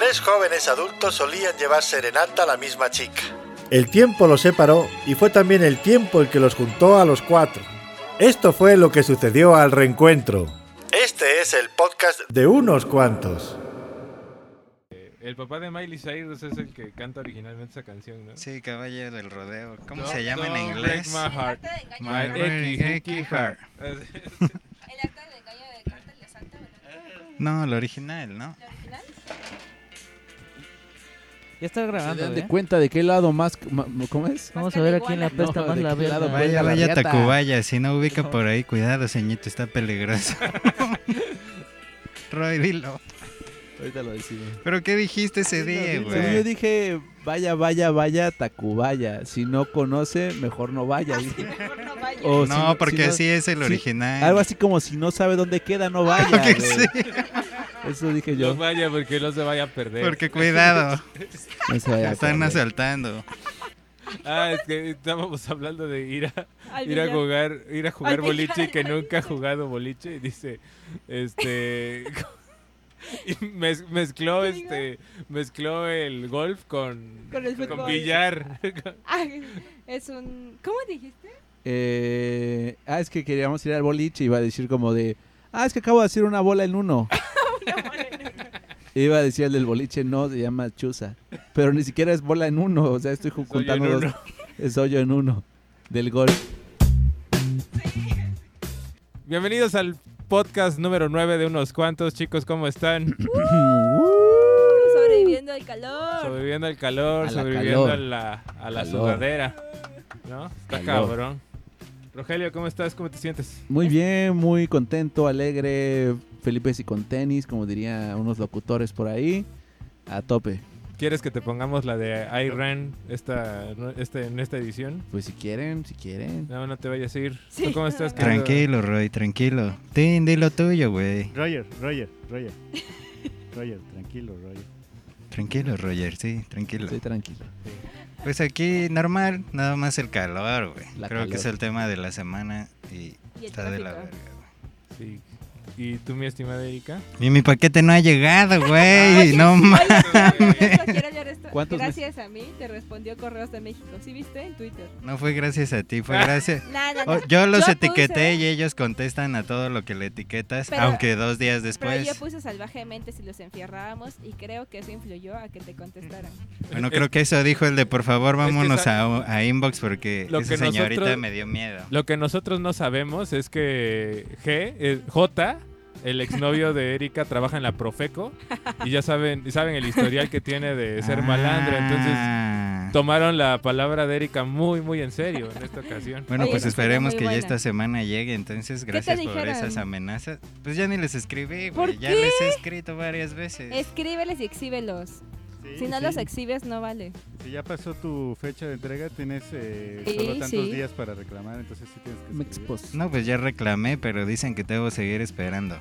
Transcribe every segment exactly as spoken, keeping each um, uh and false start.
Tres jóvenes adultos solían llevar serenata a la misma chica. El tiempo los separó y fue también el tiempo el que los juntó a los cuatro. Esto fue lo que sucedió al reencuentro. Este es el podcast de unos cuantos. El papá de Miley Cyrus es el que canta originalmente esa canción, ¿no? Sí, Caballero del Rodeo. ¿Cómo No, se llama no, en inglés? Break my heart. My My very X, X X heart. heart. El acta de engaño de Cartel de Santa, ¿verdad? No, el original, ¿no? ¿La original? Ya está Se grabando, dan de ¿eh? cuenta de qué lado más... ma- ¿Cómo es? Vamos a ver a quién le No, apesta ¿de más la qué lado verga. va? Vaya, la vaya riata. Tacubaya, si no ubica por ahí, cuidado, señorito, está peligroso. Roy, dilo. Ahorita lo decimos. ¿Pero qué dijiste ese día, Según güey? yo dije, vaya, vaya, vaya, Tacubaya. Si no conoce, mejor no vaya. Mejor no vaya. O si No, porque si no- así es el sí, original. Algo así como si no sabe dónde queda, no vaya. Porque güey. sí, Eso dije No yo. vaya porque no se vaya a perder. porque cuidado, No se vaya a están perder. asaltando. Ah, es que estábamos hablando de ir a Al ir a billar. jugar, ir a jugar Al boliche y billar. que nunca ha jugado boliche y dice, este y mez- mezcló ¿Qué este mezcló el golf con Con el con fútbol. billar. Ah, es un... ¿Cómo dijiste? Eh, ah, es que queríamos ir al boliche y iba a decir como de... Ah, es que acabo de hacer una bola en uno. Iba a decir el del boliche, no, se llama chuza. Pero ni siquiera es bola en uno. O sea, estoy ju- Soy en contando dos. uno. Es hoyo en uno. Del golf. Bienvenidos al podcast número nueve de Unos Cuantos, chicos, ¿cómo están? Sobreviviendo al calor. Sobreviviendo al calor, A la sobreviviendo calor. a la, a la Calor. sudadera, ¿no? Está Calor. cabrón. Rogelio, ¿cómo estás? ¿Cómo te sientes? Muy bien, muy contento, alegre. Felipe y con tenis, como diría unos locutores por ahí. A tope. ¿Quieres que te pongamos la de I Ran esta, este, en esta edición? Pues si quieren, si quieren. No, no te vayas a ir. Sí. ¿Tú cómo estás? querido? Tranquilo, Roy, tranquilo. Tin, di lo tuyo, güey. Roger, Roger, Roger. Roger, tranquilo, Roger. Tranquilo, Roger, sí, tranquilo. Estoy tranquilo. Pues aquí normal, nada más el calor, güey. La Creo que calor. es el tema de la semana y, Y el está de la tráfico. verga, güey. Sí. ¿Y tú, mi estimada Erika? Y mi paquete no ha llegado, güey. No Oye, mames. quiero hablar de esto, quiero hablar de esto. ¿Cuántos Gracias a mí te respondió Correos de México. ¿Sí viste? En Twitter. No fue gracias a ti, fue gracias. Nada, Oh, yo los Yo etiqueté puse- y ellos contestan a todo lo que le etiquetas, Pero- aunque dos días Pero después. yo puse salvajemente si los enfierrábamos y creo que eso influyó a que te contestaran. Bueno, creo que eso dijo el de por favor Es que vámonos sa- a, a inbox porque Lo esa que señorita nosotros- me dio miedo. Lo que nosotros no sabemos es que G, eh, J, el exnovio de Erika, trabaja en la Profeco y ya saben, saben el historial que tiene de ser malandro, entonces Ah. tomaron la palabra de Erika muy, muy en serio en esta ocasión. Bueno, Oye, pues esa suena esperemos muy que ya buena. esta semana llegue, entonces gracias por dijeron? esas amenazas. Pues ya ni les escribí, ¿Por güey, ya qué? les he escrito varias veces. Escríbeles y exhíbelos. Sí, Si no sí. los exhibes, no vale. Si ya pasó tu fecha de entrega, tienes eh, Sí, solo tantos sí. días para reclamar, entonces sí tienes que Me escribir. expos. No, pues ya reclamé, pero dicen que debo seguir esperando.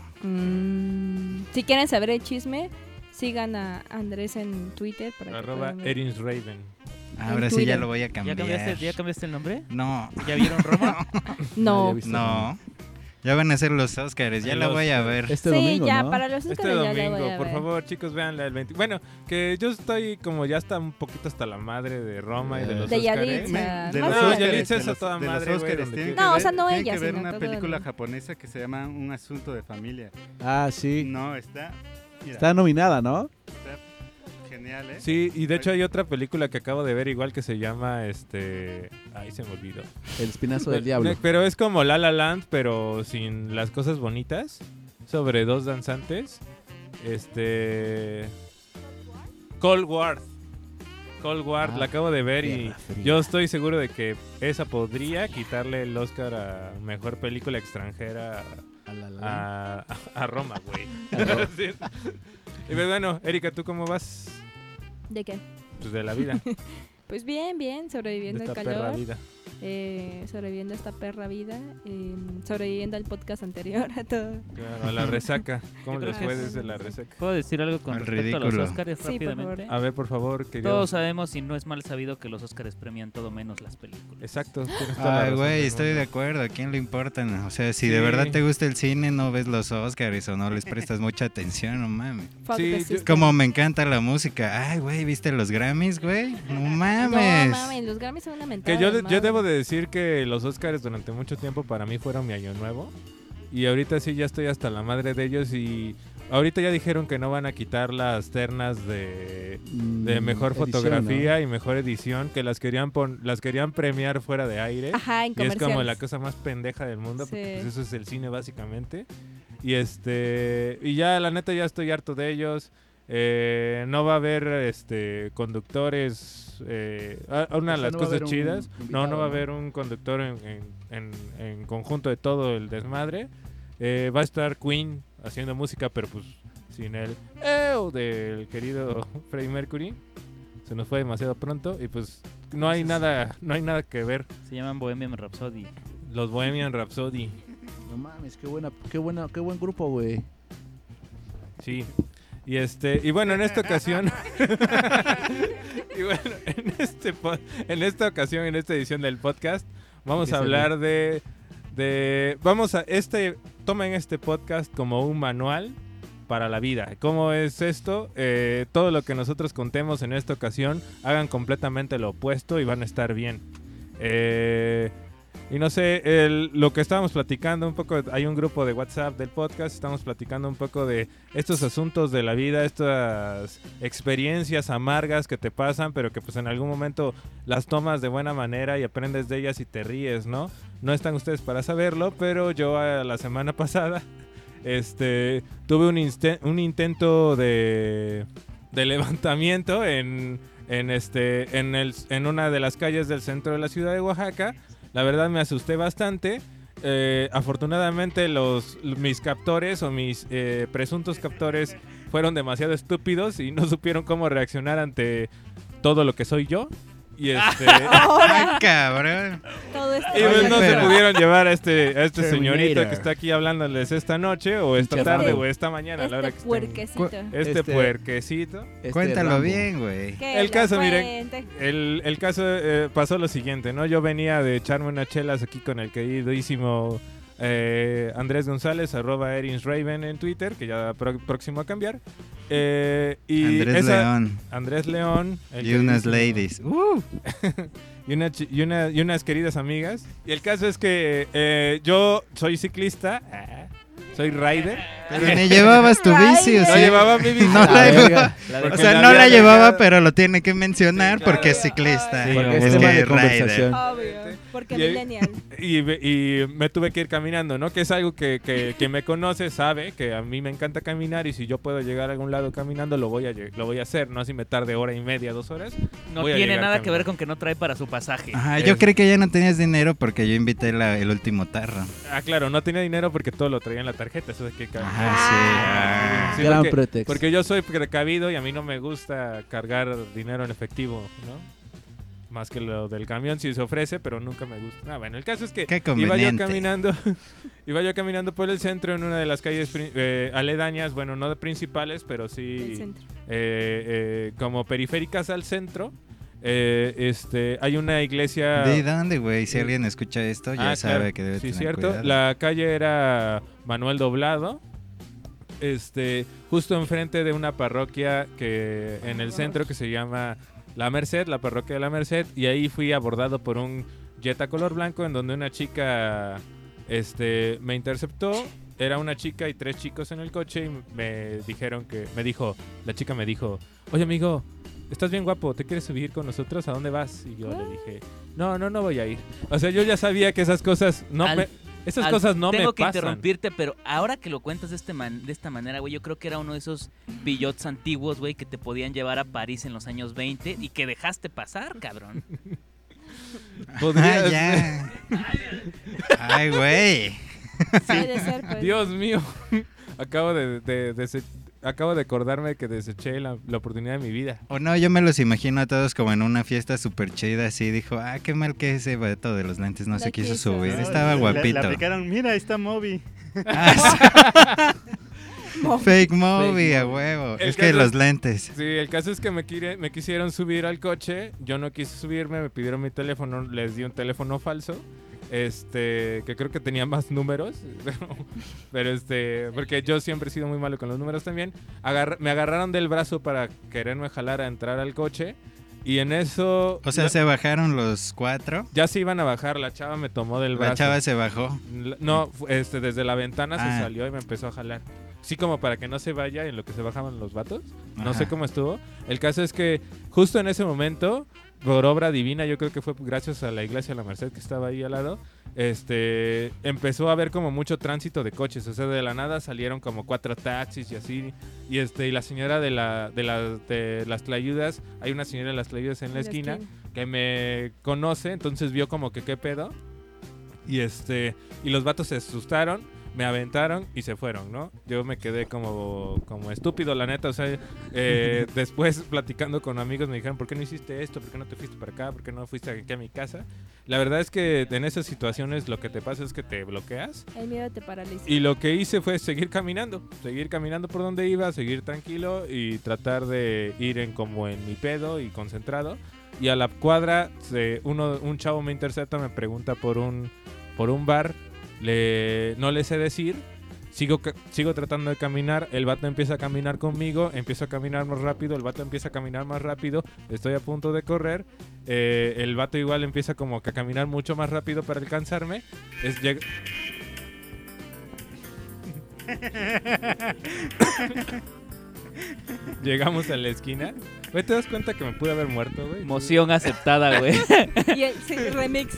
Mm, si quieren saber el chisme, sigan a Andrés en Twitter. Para que Arroba puedan ver. Erins Raven. Ahora sí ya Twitter. lo voy a ¿Ya cambiar. cambiaste, ¿Ya cambiaste el nombre? No, ¿Ya vieron Roma? No. Nadie ha visto no. Ya van a ser los Oscars, ya El la voy a Oscar. ver. Este sí, domingo, ya, ¿no? para los Este Óscares ya la voy domingo, a por ver. favor, chicos, veanla el veinte. Bueno, que yo estoy como ya está un poquito hasta la madre de Roma y de los De Óscares. Yalitza. De Más los o menos. Óscares, Yalitza de es a los- toda de los madre, güey, Óscares, donde tienen tiene- No, que o sea, ver- no tienen ella, que ver sino una todo película el- japonesa que se llama Un asunto de familia. Ah, sí. No, está, mira, Está nominada, ¿no? está genial, ¿eh? Sí, y de hecho hay otra película que acabo de ver igual que se llama este, ay, se me olvidó. El espinazo del Pero- diablo. Pero es como La La Land, pero sin las cosas bonitas, sobre dos danzantes. Este Cold War. Cold War, Ah, la acabo de ver y Guerra Fría. yo estoy seguro de que esa podría quitarle el Oscar a mejor película extranjera A la la. a, a Roma, güey. A Roma. Sí. Y pues bueno, Erika, ¿tú cómo vas? ¿De qué? Pues de la vida, Pues bien, bien, de sobreviviendo esta al perra calor. vida. eh, sobreviviendo a esta perra vida, eh, sobreviviendo al podcast anterior, a todo. Claro, a la resaca. ¿Cómo Yo les creo fue que- desde la resaca? ¿Puedo decir algo con Al respecto a ridículo. los Oscars Sí, por rápidamente? favor. A ver, por favor, querido. Todos sabemos y no es mal sabido que los Oscars premian todo menos las películas. Exacto. tienes toda la Ay, razón güey, del estoy mundo. de acuerdo. ¿A quién le importan? O sea, si Sí. de verdad te gusta el cine, no ves los Oscars o no les prestas mucha atención, no mames. Fuck Sí, the yo- system. Como me encanta la música. Ay, güey, ¿viste los Grammys, güey? No No mames. mames, los Grammys son una mentada Que yo, de yo madre. debo de decir que los Oscars durante mucho tiempo para mí fueron mi año nuevo. Y ahorita sí ya estoy hasta la madre de ellos y ahorita ya dijeron que no van a quitar las ternas de, de Mm, mejor edición, fotografía y mejor edición, que las querían pon- las querían premiar fuera de aire. Ajá, en Y es como comerciales. la cosa más pendeja del mundo, porque Sí. pues eso es el cine básicamente. Y este y ya la neta ya estoy harto de ellos. Eh, no va a haber este conductores. Eh, a- a una O de sea, las no va a cosas haber un chidas. No, invitado, no va a ¿no? haber un conductor en, en, en- en conjunto de todo el desmadre. Eh, va a estar Queen haciendo música, pero pues sin el "Ew" del querido Freddie Mercury. Se nos fue demasiado pronto y pues no hay nada, no hay nada que ver. Se llaman Bohemian Rhapsody. Los Bohemian Rhapsody. No mames, qué buena, qué buena, qué buen grupo, güey. Sí. Y este, y bueno, en esta ocasión y bueno, en este po- en esta ocasión, en esta edición del podcast, vamos a Empieza hablar de de vamos a este tomen este podcast como un manual para la vida. ¿Cómo es esto? Eh, todo lo que nosotros contemos en esta ocasión, hagan completamente lo opuesto y van a estar bien. Eh, y no sé, el- lo que estábamos platicando un poco, hay un grupo de WhatsApp del podcast, estamos platicando un poco de estos asuntos de la vida, estas experiencias amargas que te pasan, pero que pues en algún momento las tomas de buena manera y aprendes de ellas y te ríes, ¿no? No están ustedes para saberlo, pero yo eh, la semana pasada este tuve un, inste- un intento de, de levantamiento en, en, este, en, el, en una de las calles del centro de la ciudad de Oaxaca. La verdad me asusté bastante. Eh, afortunadamente los mis captores o mis eh, presuntos captores fueron demasiado estúpidos y no supieron cómo reaccionar ante todo lo que soy yo. Y este Ay, cabrón. Todo este y pues no se Pero- pudieron llevar a este, a este Terminator. señorito que está aquí hablándoles esta noche o esta Pinche tarde Rambo. o esta mañana a la hora Este que estén- puerquecito. Este, Este- puerquecito. Este Cuéntalo Rambo. bien, güey. Que el lo caso, miren, cuente. El, el caso eh, pasó lo siguiente, ¿no? Yo venía de echarme unas chelas aquí con el queridísimo eh, Andrés González, arroba Erins Raven en Twitter, que ya pro- próximo a cambiar. Eh, y Andrés esa- León. Andrés León. el Y unas queridísimo- ladies. Uh, y, una chi- y, una- y unas queridas amigas. Y el caso es que eh, yo soy ciclista, ah, soy rider. pero ni llevabas tu bici, ¿o No sí? llevaba mi bici. No La la verga. llevaba. La O de- Porque sea, la no había la llevaba, dejado. pero lo tiene que mencionar Sí, claro. porque es ciclista. Sí, Porque es es tema que de rider. conversación. Obvio, porque Y- millennial. Y, y me tuve que ir caminando, ¿no? Que es algo que, que quien me conoce sabe que a mí me encanta caminar y si yo puedo llegar a algún lado caminando lo voy a, lle- lo voy a hacer, ¿no? Si me tarde hora y media, dos horas. No voy a tiene llegar nada que ver caminando. con que no trae para su pasaje. Ajá, Es- yo creí que ya no tenías dinero porque yo invité la- el último tarro. Ah, claro, no tenía dinero porque todo lo traía en la tarjeta, eso es que... ca- Ajá, Sí, sí. Gran porque, pretexto. porque yo soy precavido y a mí no me gusta cargar dinero en efectivo, ¿no? Más que lo del camión si se ofrece, pero nunca me gusta. Ah, bueno, el caso es que Qué iba yo conveniente. caminando, iba yo caminando por el centro en una de las calles pri- eh, aledañas, bueno, no de principales, pero Del sí centro. eh, eh, como periféricas al centro. Eh, este, hay una iglesia. ¿De dónde, güey? Si Eh, alguien escucha esto, ya Ah, sabe claro. que debe Sí, tener cierto. cuidado. La calle era Manuel Doblado. Este, justo enfrente de una parroquia que en el centro que se llama La Merced, la parroquia de La Merced, y ahí fui abordado por un Jetta color blanco en donde una chica este me interceptó. Era una chica y tres chicos en el coche y me dijeron que me dijo, la chica me dijo, "Oye, amigo, estás bien guapo, ¿te quieres subir con nosotros? ¿A dónde vas?" Y yo le dije, "No, no, no voy a ir." O sea, yo ya sabía que esas cosas no Al- me esas Al- cosas no Tengo me que pasan. interrumpirte, pero ahora que lo cuentas de, este man- de esta manera, güey, yo creo que era uno de esos pillots antiguos, güey, que te podían llevar a París en los años veinte y que dejaste pasar, cabrón. Podría Ah, ya. Ay, güey. Puede ser, pues. Dios mío. Acabo de, de- de se- acabo de acordarme que deseché la, la oportunidad de mi vida. O no, yo me los imagino a todos como en una fiesta súper chida, así. Dijo, ah, qué mal que ese vato de los lentes no La se quiso quiso. subir. No, Estaba le- guapito. Le, aplicaron, mira, ahí está Moby. Ah, sí. Mo- Fake movie, Fake a movie. huevo. El Es que caso los es- lentes. Sí, el caso es que me, quire- me quisieron subir al coche, yo no quise subirme, me pidieron mi teléfono, les di un teléfono falso, este, que creo que tenía más números, pero este, porque yo siempre he sido muy malo con los números también. Agarra- me agarraron del brazo para quererme jalar a entrar al coche y en eso... O sea, la- se bajaron los cuatro. ya se iban a bajar, la chava me tomó del brazo. La chava se bajó. L- No, fu- este, desde la ventana Ah. se salió y me empezó a jalar. Sí, como para que no se vaya en lo que se bajaban los vatos. No sé Ajá. cómo estuvo. El caso es que justo en ese momento, por obra divina, yo creo que fue gracias a la iglesia de la Merced que estaba ahí al lado, este, empezó a haber como mucho tránsito de coches. O sea, de la nada salieron como cuatro taxis y así. Y este, y la señora de la, de la, de las tlayudas, hay una señora de las tlayudas en la esquina que me conoce, entonces vio como que qué pedo. Y este, y los vatos se asustaron, me aventaron y se fueron, ¿no? Yo me quedé como, como estúpido, la neta. O sea, eh, después platicando con amigos me dijeron, ¿por qué no hiciste esto? ¿Por qué no te fuiste para acá? ¿Por qué no fuiste aquí a mi casa? La verdad es que en esas situaciones lo que te pasa es que te bloqueas. El miedo te paraliza. Y lo que hice fue seguir caminando, seguir caminando por donde iba, seguir tranquilo y tratar de ir en como en mi pedo y concentrado. Y a la cuadra, se, uno, un chavo me intercepta, me pregunta por un, por un bar. Le, no le sé decir, sigo, ca- sigo tratando de caminar, el vato empieza a caminar conmigo, empiezo a caminar más rápido, el vato empieza a caminar más rápido, estoy a punto de correr, eh, el vato igual empieza como que a caminar mucho más rápido para alcanzarme, es, lleg- llegamos a la esquina, güey, ¿te das cuenta que me pude haber muerto, güey? Moción aceptada, güey. Y el sí, remix.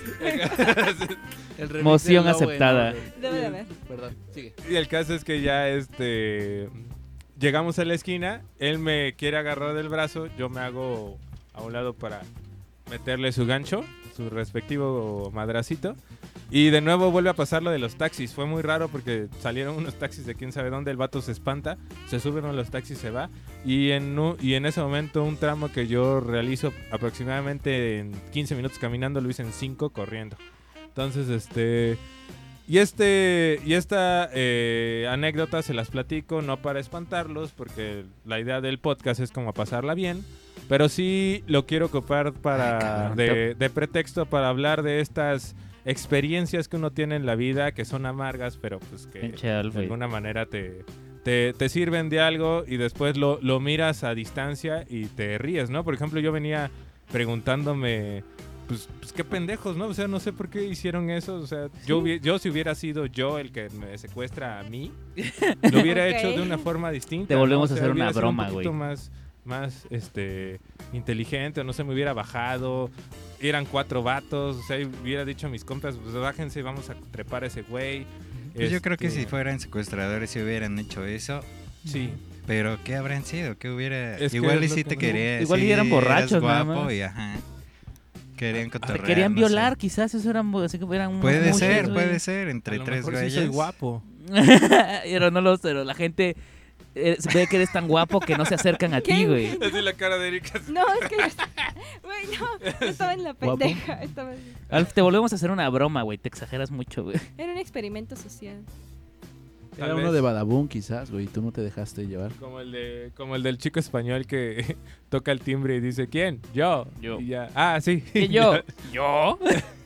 El remix Moción del Lowe, aceptada. no, Debe de haber. Perdón, sigue. Y el caso es que ya este llegamos a la esquina, él me quiere agarrar del brazo, yo me hago a un lado para meterle su gancho, su respectivo madracito. Y de nuevo vuelve a pasar lo de los taxis. Fue muy raro porque salieron unos taxis de quién sabe dónde, el vato se espanta, se suben a los taxis, se va. Y en, un- y en ese momento un tramo que yo realizo aproximadamente en quince minutos caminando, lo hice en cinco corriendo. Entonces, este... Y este y esta eh, anécdota se las platico no para espantarlos, porque la idea del podcast es como pasarla bien, pero sí lo quiero ocupar para Ay, cabrón, de, de pretexto para hablar de estas experiencias que uno tiene en la vida, que son amargas, pero pues que Pinche Alf, de güey. alguna manera te, te, te sirven de algo y después lo, lo miras a distancia y te ríes, ¿no? Por ejemplo, yo venía preguntándome... Pues, pues qué pendejos, ¿no? O sea, no sé por qué hicieron eso. O sea, yo, hubi- yo si hubiera sido yo el que me secuestra a mí, lo hubiera Ok. hecho de una forma distinta. Te volvemos ¿no? O a sea, hacer una hubiera sido broma, un poquito güey. más, más este, inteligente, o no sé, me hubiera bajado. Eran cuatro vatos, o sea, y hubiera dicho a mis compas, pues bájense, vamos a trepar a ese güey. Pues yo creo que Este, si fueran secuestradores si hubieran hecho eso. Sí. Pero ¿qué habrán sido? ¿Qué hubiera? Es que Igual y es lo sí que te no- quería. Igual sí y eran borrachos, eras nada guapo más. y ajá. Querían Te cotorrear. querían no sé. violar, quizás eso eran, así que eran unos Puede muchos, ser, güey. puede ser. A Entre lo tres mejor sí güeyes. soy guapo. Pero no lo sé, la gente eh, ve que eres tan guapo que no se acercan a ti, ¿Quién? güey. Así la cara de Erika. No, es que yo estaba... Güey, no, yo estaba en la ¿Guapo? pendeja. Estaba... Alf, te volvemos a hacer una broma, güey. Te exageras mucho, güey. Era un experimento social. Tal Era uno vez. de Badabun quizás, güey, tú no te dejaste llevar. Como el de como el del chico español que toca el timbre y dice, ¿quién? Yo. Yo. Y ya, ah, sí. ¿Y yo? Ya- ¿Yo?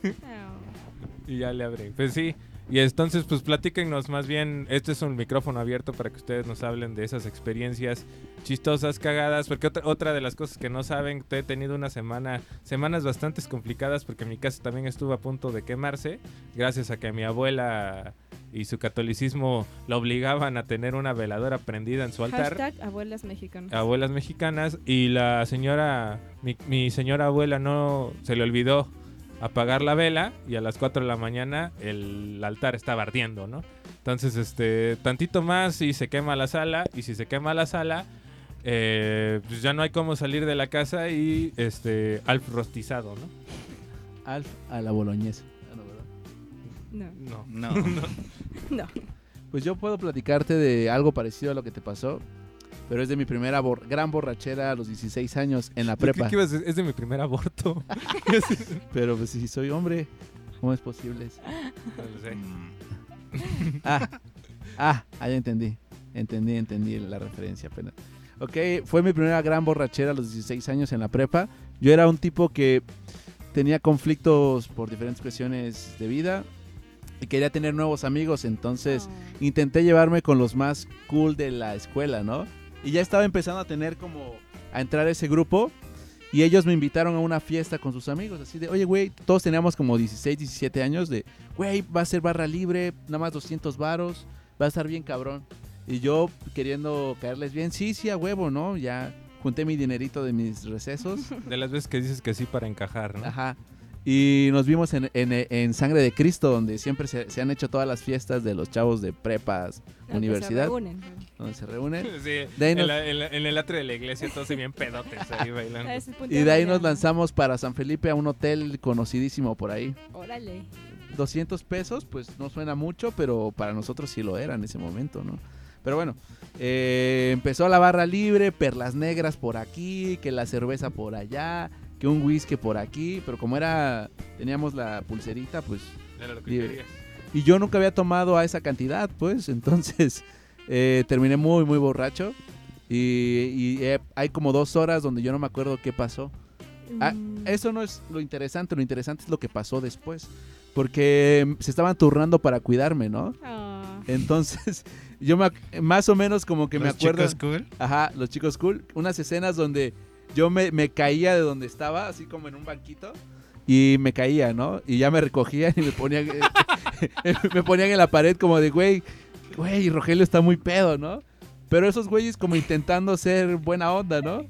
y ya le abren. Pues sí. Y entonces, pues platíquenos más bien. Este es un micrófono abierto para que ustedes nos hablen de esas experiencias chistosas, cagadas. Porque otra, otra de las cosas que no saben, he tenido una semana, semanas bastante complicadas porque mi casa también estuvo a punto de quemarse. Gracias a que mi abuela y su catolicismo la obligaban a tener una veladora prendida en su altar. Hashtag abuelas mexicanas. Abuelas mexicanas, y la señora, mi, mi señora abuela no se le olvidó apagar la vela y a las cuatro de la mañana el altar estaba ardiendo, ¿no? Entonces, este, tantito más y se quema la sala, y si se quema la sala, eh, pues ya no hay cómo salir de la casa y este, Alf rostizado, ¿no? Alf a la boloñesa. Ah, no, ¿verdad? No, No. No. no. Pues yo puedo platicarte de algo parecido a lo que te pasó. pero es de mi primera bor- gran borrachera a los dieciséis años en la Yo creí prepa. que ibas a decir, es de mi primer aborto. Pero pues si soy hombre, ¿cómo es posible eso? No lo sé. Mm. Ah, ah, ah, ya entendí. Entendí, entendí la referencia apenas. Ok, fue mi primera gran borrachera a los dieciséis años en la prepa. Yo era un tipo que tenía conflictos por diferentes cuestiones de vida y quería tener nuevos amigos, entonces Oh. intenté llevarme con los más cool de la escuela, ¿no? Y ya estaba empezando a tener como a entrar a ese grupo y ellos me invitaron a una fiesta con sus amigos, así de, oye, güey, todos teníamos como dieciséis, diecisiete años de, güey, va a ser barra libre, nada más doscientos varos, va a estar bien cabrón. Y yo queriendo caerles bien, sí, sí, a huevo, ¿no? Ya junté mi dinerito de mis recesos. De las veces que dices que sí para encajar, ¿no? Ajá. Y nos vimos en, en, en Sangre de Cristo, donde siempre se, se han hecho todas las fiestas de los chavos de prepas, Donde universidad, se reúnen. donde se reúnen. Sí, De ahí nos- en, la- en la- en el atrio de la iglesia todos se bien pedotes ahí bailando. Ah, ese es punto Y de ahí nos bailando. lanzamos para San Felipe a un hotel conocidísimo por ahí. Órale. doscientos pesos, pues no suena mucho, pero para nosotros sí lo era en ese momento, ¿no? Pero bueno, eh, empezó la barra libre, perlas negras por aquí, que la cerveza por allá, que un whisky por aquí, pero como era, teníamos la pulserita, pues, Era lo que Y- querías. y yo nunca había tomado a esa cantidad, pues, entonces eh, terminé muy, muy borracho y, y, eh, hay como dos horas donde yo no me acuerdo qué pasó. Ah, Mm. Eso no es lo interesante, lo interesante es lo que pasó después, porque se estaban turnando para cuidarme, ¿no? Ah. Entonces, yo me, ac- más o menos como que me Los acuerdo. chicos cool. Ajá, los chicos cool. Unas escenas donde yo me, me caía de donde estaba, así como en un banquito, y me caía, ¿no? Y ya me recogían y me ponían, me ponían en la pared como de, güey, güey, Rogelio está muy pedo, ¿no? Pero esos güeyes como intentando ser buena onda, ¿no?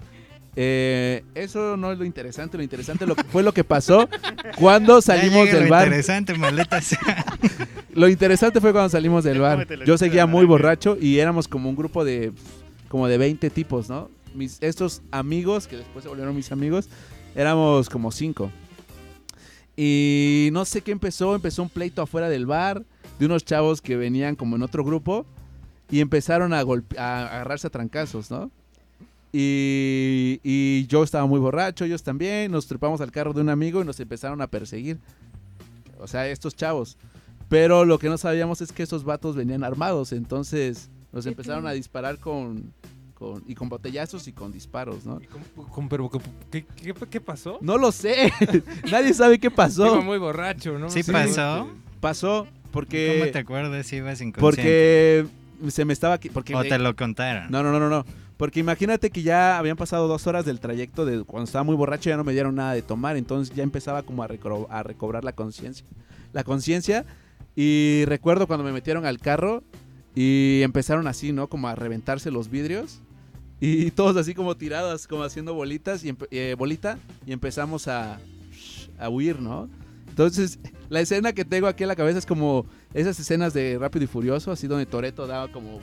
Eh, eso no es lo interesante, lo interesante lo que, fue lo que pasó cuando salimos Ya llega del lo bar. interesante, maleta sea. Lo interesante fue cuando salimos del Ya bar. cómetelo, Yo chiste de seguía muy naranja. borracho y éramos como un grupo de como de veinte tipos, ¿no? Mis, estos amigos, que después se volvieron mis amigos, éramos como cinco. Y no sé qué empezó, empezó un pleito afuera del bar de unos chavos que venían como en otro grupo y empezaron a, golpe- a agarrarse a trancazos, ¿no? Y, y yo estaba muy borracho, ellos también, nos trepamos al carro de un amigo y nos empezaron a perseguir. O sea, estos chavos. Pero lo que no sabíamos es que esos vatos venían armados, entonces nos ¿Qué empezaron a tiene? disparar con, con y con botellazos y con disparos, ¿no? ¿Y cómo- cómo- pero, ¿qué, qué, qué pasó? No lo sé, nadie sabe qué Iba pasó. muy borracho, ¿no? Sí pasó. Pasó ¿Cómo te porque acuerdas si ibas inconsciente? porque se me estaba qui- porque O de- te lo contaron. No, no, no, no, no. Porque imagínate que ya habían pasado dos horas del trayecto de cuando estaba muy borracho, ya no me dieron nada de tomar, entonces ya empezaba como a, recro- a recobrar la conciencia. La conciencia y recuerdo cuando me metieron al carro y empezaron así, ¿no? Como a reventarse los vidrios y todos así como tirados, como haciendo bolitas y empe- eh, bolita y empezamos a, a huir, ¿no? Entonces, la escena que tengo aquí en la cabeza es como esas escenas de Rápido y Furioso, así donde Toretto daba como...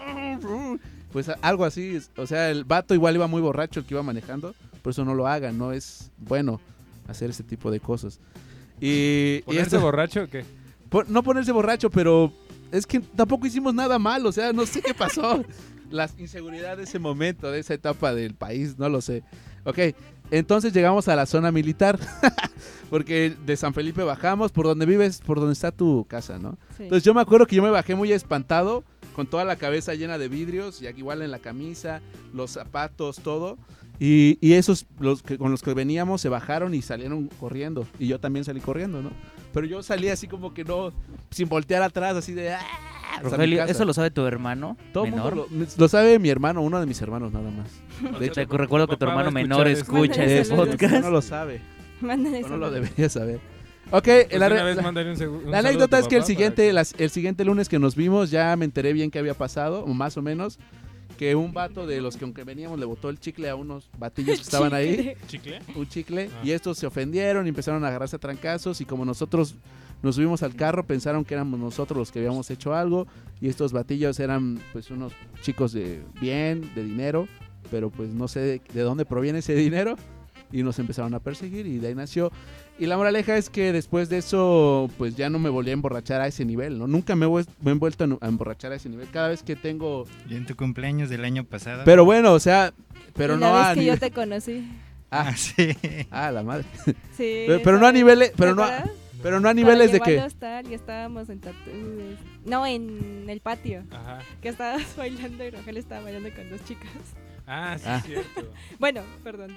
Pues a- algo así, es- o sea, el vato igual iba muy borracho el que iba manejando, por eso no lo hagan, no es bueno hacer ese tipo de cosas. Y, y ¿Ponerse esto- borracho o qué? po- no ponerse borracho, pero es que tampoco hicimos nada mal, o sea, no sé qué pasó. La inseguridad de ese momento, de esa etapa del país, no lo sé. Ok, entonces llegamos a la zona militar, porque de San Felipe bajamos, por donde vives, por donde está tu casa, ¿no? Sí. Entonces yo me acuerdo que yo me bajé muy espantado, con toda la cabeza llena de vidrios, y aquí igual en la camisa, los zapatos, todo. Y, y esos los que, con los que veníamos se bajaron y salieron corriendo. Y yo también salí corriendo, ¿no? Pero yo salí así como que no, sin voltear atrás, así de... ¡ah! hasta mi Rogelio, casa. ¿eso lo sabe tu hermano Todo el menor? mundo lo, lo sabe mi hermano, uno de mis hermanos nada más. De hecho, Te recuerdo que tu Papá va a hermano menor escuchar escucha esto. este Mándale este, podcast. no lo sabe, Mándale o no eso. lo debería saber. Ok, Pues la, una re- vez la- mándale un segu- un la saludo a tu anécdota es que el papá siguiente, para que- las- el siguiente lunes que nos vimos ya me enteré bien qué había pasado, o más o menos, que un vato de los que aunque veníamos le botó el chicle a unos batillos que estaban ahí, ¿Chicle? un chicle, Ah. y estos se ofendieron y empezaron a agarrarse a trancazos y como nosotros nos subimos al carro pensaron que éramos nosotros los que habíamos hecho algo y estos batillos eran pues unos chicos de bien, de dinero, pero pues no sé de, de dónde proviene ese dinero, y nos empezaron a perseguir y de ahí nació. Y la moraleja es que después de eso, pues ya no me volví a emborrachar a ese nivel, ¿no? Nunca me he, vuel- me he vuelto a nu- a emborrachar a ese nivel. Cada vez que tengo... Y en tu cumpleaños del año pasado. Pero bueno, o sea, pero Y no la vez a que nivel... yo te conocí. Ah, Ah, sí. ah, la madre. Sí. Pero, pero no a niveles, pero ¿Te no a, acuerdas? pero no a niveles de Cuando que... llegó al hostal y estábamos en Tatú. No, en el patio. Ajá. Que estabas bailando y Rogel estaba bailando con dos chicas. Ah, sí, Ah. es cierto. Bueno, perdón.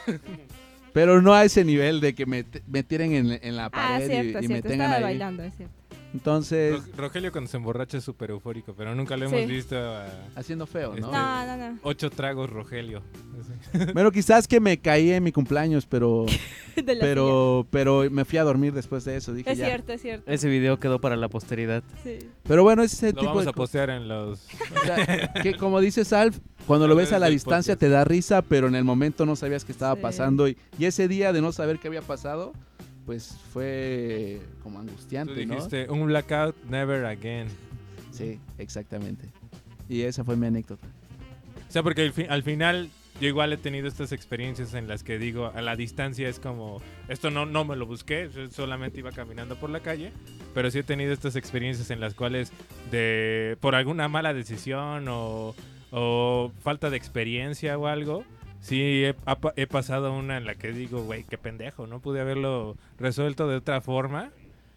Pero no a ese nivel de que me, me tiren en, en la Ah, pared cierto, y, y me cierto. tengan Estaba ahí. bailando, es cierto. Entonces, Ro- Rogelio cuando se emborracha es súper eufórico, pero nunca lo Sí. hemos visto a haciendo feo, ¿no? Este- No, no, no. ocho tragos Rogelio. Bueno, quizás que me caí en mi cumpleaños, pero De la pero pero me fui a dormir después de eso, silla. dije Es ya. cierto, es cierto. Ese video quedó para la posteridad. Sí. Pero bueno, ese Lo tipo vamos de a postear en los... O sea, que como dice Salf, cuando lo ves a la Del distancia podcast. te da risa, pero en el momento no sabías qué estaba Sí. pasando. Y, y ese día de no saber qué había pasado, pues fue como Tú angustiante, ¿no? dijiste, un blackout, never again. Sí, exactamente. Y esa fue mi anécdota. O sea, porque al, fi- al final yo igual he tenido estas experiencias en las que digo, a la distancia es como, esto no, no me lo busqué, yo solamente iba caminando por la calle, pero sí he tenido estas experiencias en las cuales de por alguna mala decisión o, o falta de experiencia o algo, sí he, ha pa- he pasado una en la que digo, güey, qué pendejo, no pude haberlo resuelto de otra forma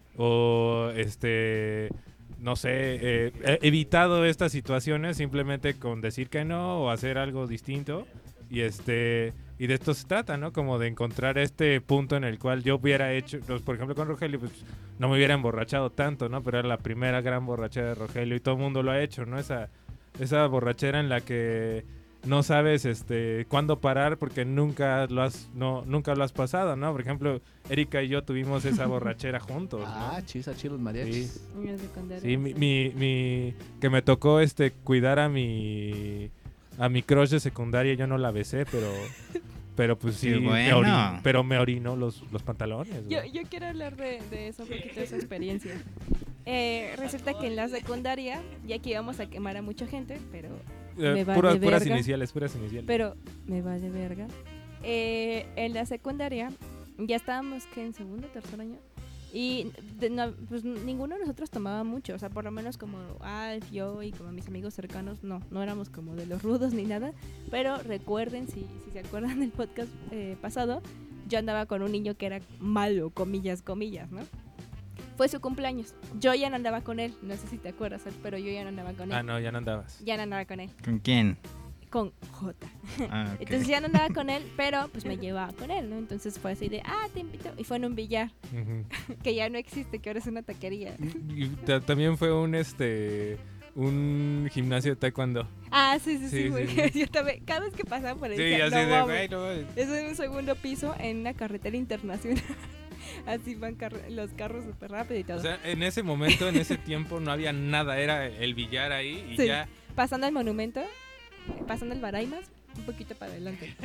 o este... no sé, eh, he evitado estas situaciones simplemente con decir que no o hacer algo distinto y este y de esto se trata, ¿no? Como de encontrar este punto en el cual yo hubiera hecho, pues, por ejemplo con Rogelio, pues no me hubiera emborrachado tanto, ¿no? Pero era la primera gran borrachera de Rogelio y todo el mundo lo ha hecho, ¿no? Esa esa borrachera en la que no sabes este cuándo parar porque nunca lo has no nunca lo has pasado, ¿no? Por ejemplo, Erika y yo tuvimos esa borrachera juntos, ¿no? Ah, chisa, chilos mariachis. En el secundario, Sí, mi, mi, mi- que me tocó este cuidar a mi a mi crush de secundaria, yo no la besé, pero pero pues sí, Qué me bueno. orinó, pero me orinó los, los pantalones. Yo, güey. yo quiero hablar de, de eso, un poquito de esa experiencia. Eh, resulta que en la secundaria, ya que íbamos a quemar a mucha gente, pero Eh, me vale puras, puras verga. iniciales, puras iniciales. pero me vale verga. Eh, en la secundaria ya estábamos que en segundo o tercer año y de- no, pues ninguno de nosotros tomaba mucho, o sea, por lo menos como Alf, yo y como mis amigos cercanos, no, no éramos como de los rudos ni nada, pero recuerden, si, si se acuerdan del podcast eh, pasado, yo andaba con un niño que era malo, comillas, comillas, ¿no? Fue su cumpleaños, yo ya no andaba con él, no sé si te acuerdas, Alf, pero yo ya no andaba con él, Ah, no, ya no andabas. ya no andaba con él, ¿Con quién? con J. Ah, ok. Entonces ya no andaba con él, pero pues me llevaba con él, ¿no? Entonces fue así de, ah, te invito. Y fue en un billar, Ujú. que ya no existe, que ahora es una taquería. Y ta- también fue un este un gimnasio de taekwondo. Ah, sí, sí, sí, Sí, güey. sí, sí. Yo también, cada vez que pasaba por ahí, Sí, decía, así no de, mames, güey, no mames. es en un segundo piso en una carretera internacional. Así van carro- los carros súper rápido y todo. O sea, en ese momento, en ese tiempo no había nada, era el billar ahí y Sí. ya. Pasando el monumento, eh, pasando el Baraimas, un poquito para adelante.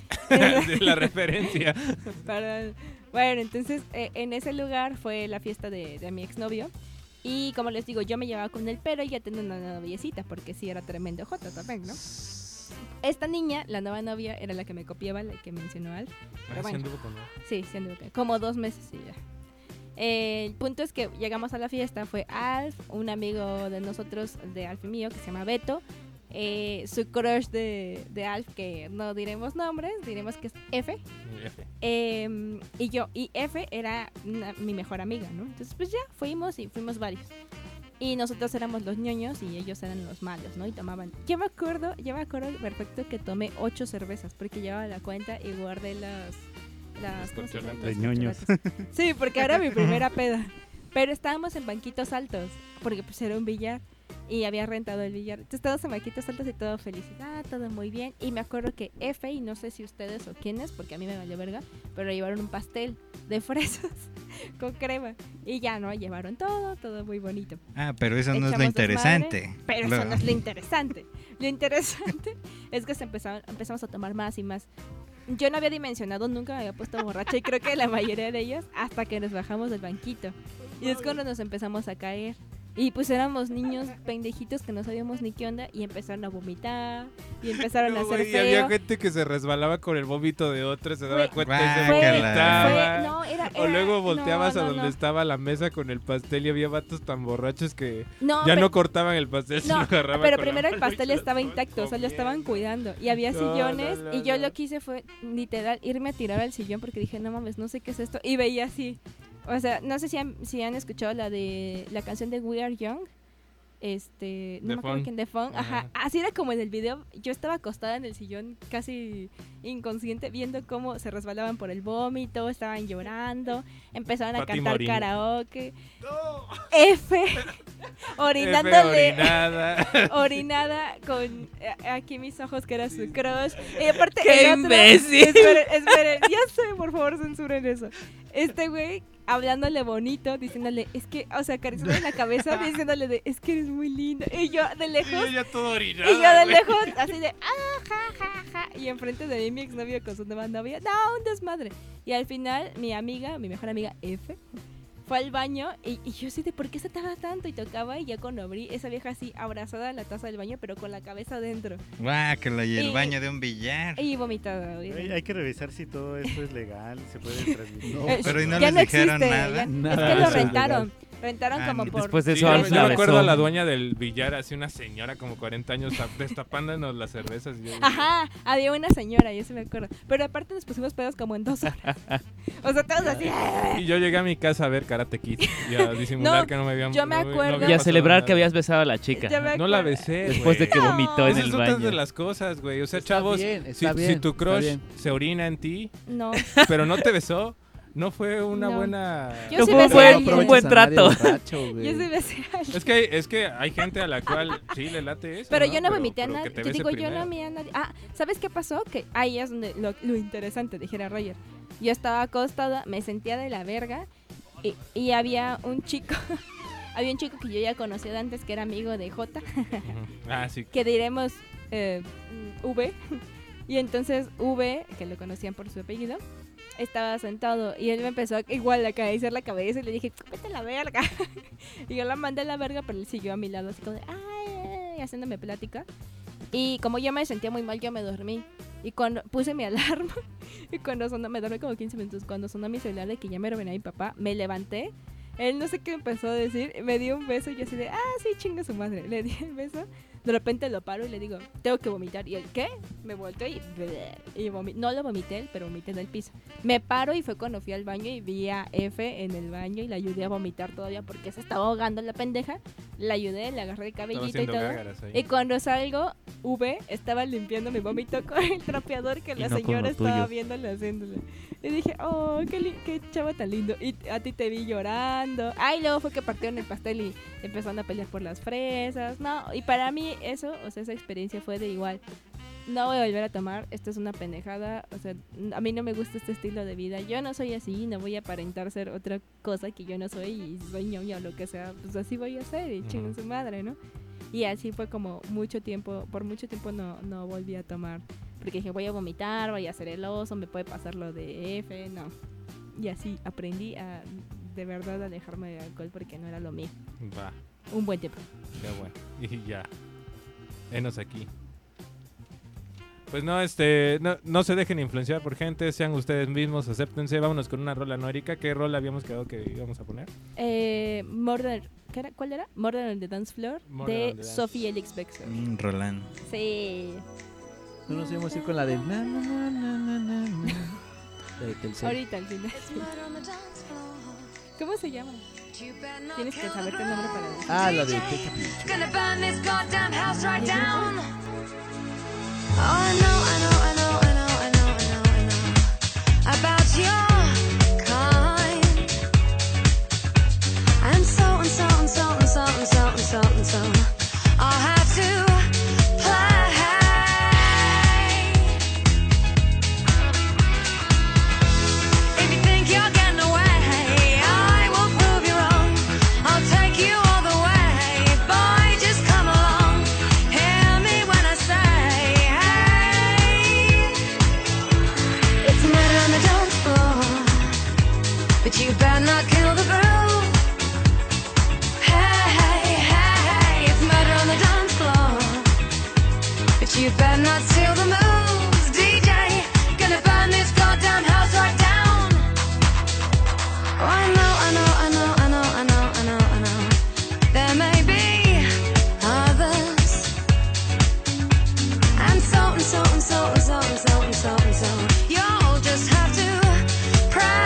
de la referencia. Para- Bueno, entonces eh, en ese lugar fue la fiesta de, de mi exnovio. Y como les digo, yo me llevaba con él, pero ya tenía una noviecita, porque sí era tremendo jota también, ¿no? Esta niña, la nueva novia, era la que me copiaba, la que mencionó Alf. Pero Ah, sí bueno, anduvo con él. sí, sí anduvo con- como dos meses y ya. Eh, el punto es que llegamos a la fiesta, fue Alf, un amigo de nosotros, de Alf y mío, que se llama Beto, eh, su crush de, de Alf, que no diremos nombres, diremos que es F, F. eh, y yo, y F era una- mi mejor amiga, ¿no? Entonces pues ya fuimos y fuimos varios. Y nosotros éramos los ñoños y ellos eran los malos, ¿no? Y tomaban. Yo me acuerdo, yo me acuerdo perfecto que tomé ocho cervezas porque llevaba la cuenta y guardé las... las ¿cómo se llama? corcholatas. De Los ñoños. corcholatas. Sí, porque era mi primera peda. Pero estábamos en banquitos altos, porque pues era un billar y había rentado el billar. Entonces todos en banquitos altos y todo feliz. Ah, todo muy bien. Y me acuerdo que F, y no sé si ustedes o quiénes, porque a mí me valió verga, pero llevaron un pastel de fresas con crema. Y ya, ¿no? Llevaron todo, todo muy bonito. Ah, pero eso no es lo Echamos interesante. desmadre, pero Lo- eso no es lo interesante. Lo interesante es que se empezaron, empezamos a tomar más y más. Yo no había dimensionado, nunca me había puesto borracha y creo que la mayoría de ellos hasta que nos bajamos del banquito. Y es cuando nos empezamos a caer. Y pues éramos niños pendejitos que no sabíamos ni qué onda y empezaron a vomitar, y empezaron No, a hacer güey, y feo. había gente que se resbalaba con el vómito de otra, se daba Fue- cuenta y se Fue- vomitaba. fue- no, era- O era- luego volteabas no, a no, donde no. estaba la mesa con el pastel y había vatos tan borrachos que No, ya pe- no cortaban el pastel, se lo No, agarraban pero con la primero el mano y pastel se lo estaba estaban intacto, o sea, lo estaban comiendo. cuidando. Y había No, sillones, no, no, y yo no. lo que hice fue, literal, irme a tirar al sillón porque dije, no mames, no sé qué es esto. Y veía así. O sea, no sé si han, si han escuchado la de la canción de We Are Young. Este, no The me acuerdo Fun. quién, de Fun. Ajá. Ajá. Así era como en el video. Yo estaba acostada en el sillón, casi inconsciente, viendo cómo se resbalaban por el vómito, estaban llorando, empezaron a Pati cantar Morina. karaoke. F, F orinándole. orinada. Orinada con eh, aquí mis ojos que era su crush. Y aparte ¡Qué el otro- imbécil! Esperen, esperen, ya sé, por favor, censuren eso. Este güey hablándole bonito, diciéndole, es que, o sea, acariciándole la cabeza, diciéndole de, es que eres muy linda. Y yo de Y lejos, yo ya todo orinado. y yo de güey. lejos, así de, ah, ja, ja, ja. Y enfrente de mí, mi exnovio con su nueva novia, no, un desmadre. Y al final, mi amiga, mi mejor amiga F, fue al baño y, y yo así de, ¿por qué se tarda tanto? Y tocaba y ya cuando abrí, esa vieja así, abrazada a la taza del baño, pero con la cabeza adentro. Guácala, y el Y- baño de un billar. Y vomitada, güey. Hay, hay que revisar si todo esto es legal, se puede transmitir. No, Eh, pero ¿y no ya les dijeron existe, nada? ya- Nada es de que lo eso es rentaron. Rentaron Ah, como y por... Después de Sí, eso, yo, Alex yo la me acuerdo a la besó. dueña del billar, así una señora como cuarenta años tap- destapándonos las cervezas. Y yo- Ajá, había una señora, yo sí me acuerdo. Pero aparte nos pusimos pedos como en dos horas. O sea, todos así. Y yo llegué a mi casa a ver Karate Kid y a disimular No, que no me habían yo me no no acuerdo- había Y a pasado celebrar nada. que habías besado a la chica. Ya me No la acuerdo. besé, Después de güey. que No. vomitó en Esas el son otras baño. de las cosas, güey. O sea, Está chavos, bien, si, está si bien, tu está crush bien. se orina en ti, No, pero no te besó, no fue una No. buena... Yo No sí fue un besé a buen- alguien. un buen aprovechas a nadie trato. borracho, güey. yo sí besé a alguien. Es que, es que hay gente a la cual sí le late eso, Pero yo no vomité a pero nadie. que te Yo bese digo, yo primero. no amé a nadie. Ah, ¿sabes qué pasó? Que ahí es donde lo, lo interesante, dijera Roger. Yo estaba acostada, me sentía de la verga y, y había un chico, había un chico que yo ya conocía de antes que era amigo de J, Ujú. Ah, sí. que diremos eh, V. Y entonces V, que lo conocían por su apellido, estaba sentado y él me empezó a, igual a acariciar la cabeza y le dije, vete a la verga. Y yo la mandé a la verga, pero él siguió a mi lado así como de, ay, ay, ay", haciéndome plática. Y como yo me sentía muy mal, yo me dormí. Y cuando puse mi alarma, y cuando sonó, me dormí como quince minutos, cuando sonó mi celular de que ya me venía mi papá, me levanté. Él no sé qué empezó a decir, me dio un beso y yo así de, ah, sí, chinga su madre. Le di el beso, de repente lo paro y le digo, tengo que vomitar. Y él, ¿qué? Me volteó y, y vomi- no lo vomité él, pero vomité en el piso. Me paro y fue cuando fui al baño y vi a F en el baño y le ayudé a vomitar todavía porque se estaba ahogando la pendeja. Le ayudé, le agarré el Estaba cabellito y haciendo todo. gágaras ahí. Y cuando salgo, V estaba limpiando mi vómito con el trapeador que Y la no con señora lo estaba tuyo. viéndole haciéndole. Y dije, oh, qué, li- qué chavo tan lindo. Y a ti te vi llorando. Ay, luego fue que partieron el pastel y empezaron a pelear por las fresas. No, y para mí eso, o sea, esa experiencia fue de igual. No voy a volver a tomar, esto es una pendejada. O sea, a mí no me gusta este estilo de vida. Yo no soy así, no voy a aparentar ser otra cosa que yo no soy. Y si soy ñoña o lo que sea, pues así voy a ser. Y chingan su madre, ¿no? Y así fue como mucho tiempo, por mucho tiempo no, no volví a tomar. Porque dije, voy a vomitar, voy a hacer el oso, me puede pasar lo de F, no. Y así aprendí a de verdad alejarme del alcohol porque no era lo mío. Va, Un buen tiempo. qué bueno. Y ya. Enos aquí. Pues no, este, no, no se dejen influenciar por gente, sean ustedes mismos, acéptense. Vámonos con una rola, ¿no, Erika? ¿Qué rola habíamos quedado que íbamos a poner? Eh, Murder, ¿qué era? ¿Cuál era? Murder on the Dance Floor Murder on de the Dance. Sophie Elix Bexler. Mm, Roland. Sí. No nos íbamos a ir con la de... Na, na, na, na, na, na, na. De Telcel. Ahorita al final. ¿Cómo se llama? Tienes que saberte el nombre para decir. Ah, la de Take a Picture. Gonna burn this goddamn house right down. Oh, I know, I know, I know, I know, I know, I know, I know about your kind. And so and so and so and so and so and so and so I'll have to play. If you think you're getting away, I will prove you wrong. I'll take you all the way. Boy, just come along. Hear me when I say but you better not steal the moves, D J. Gonna burn this goddamn house right down. Oh, I know, I know, I know, I know, I know, I know, I know. There may be others, and so and so and so and so and so and so and so. You'll just have to pray.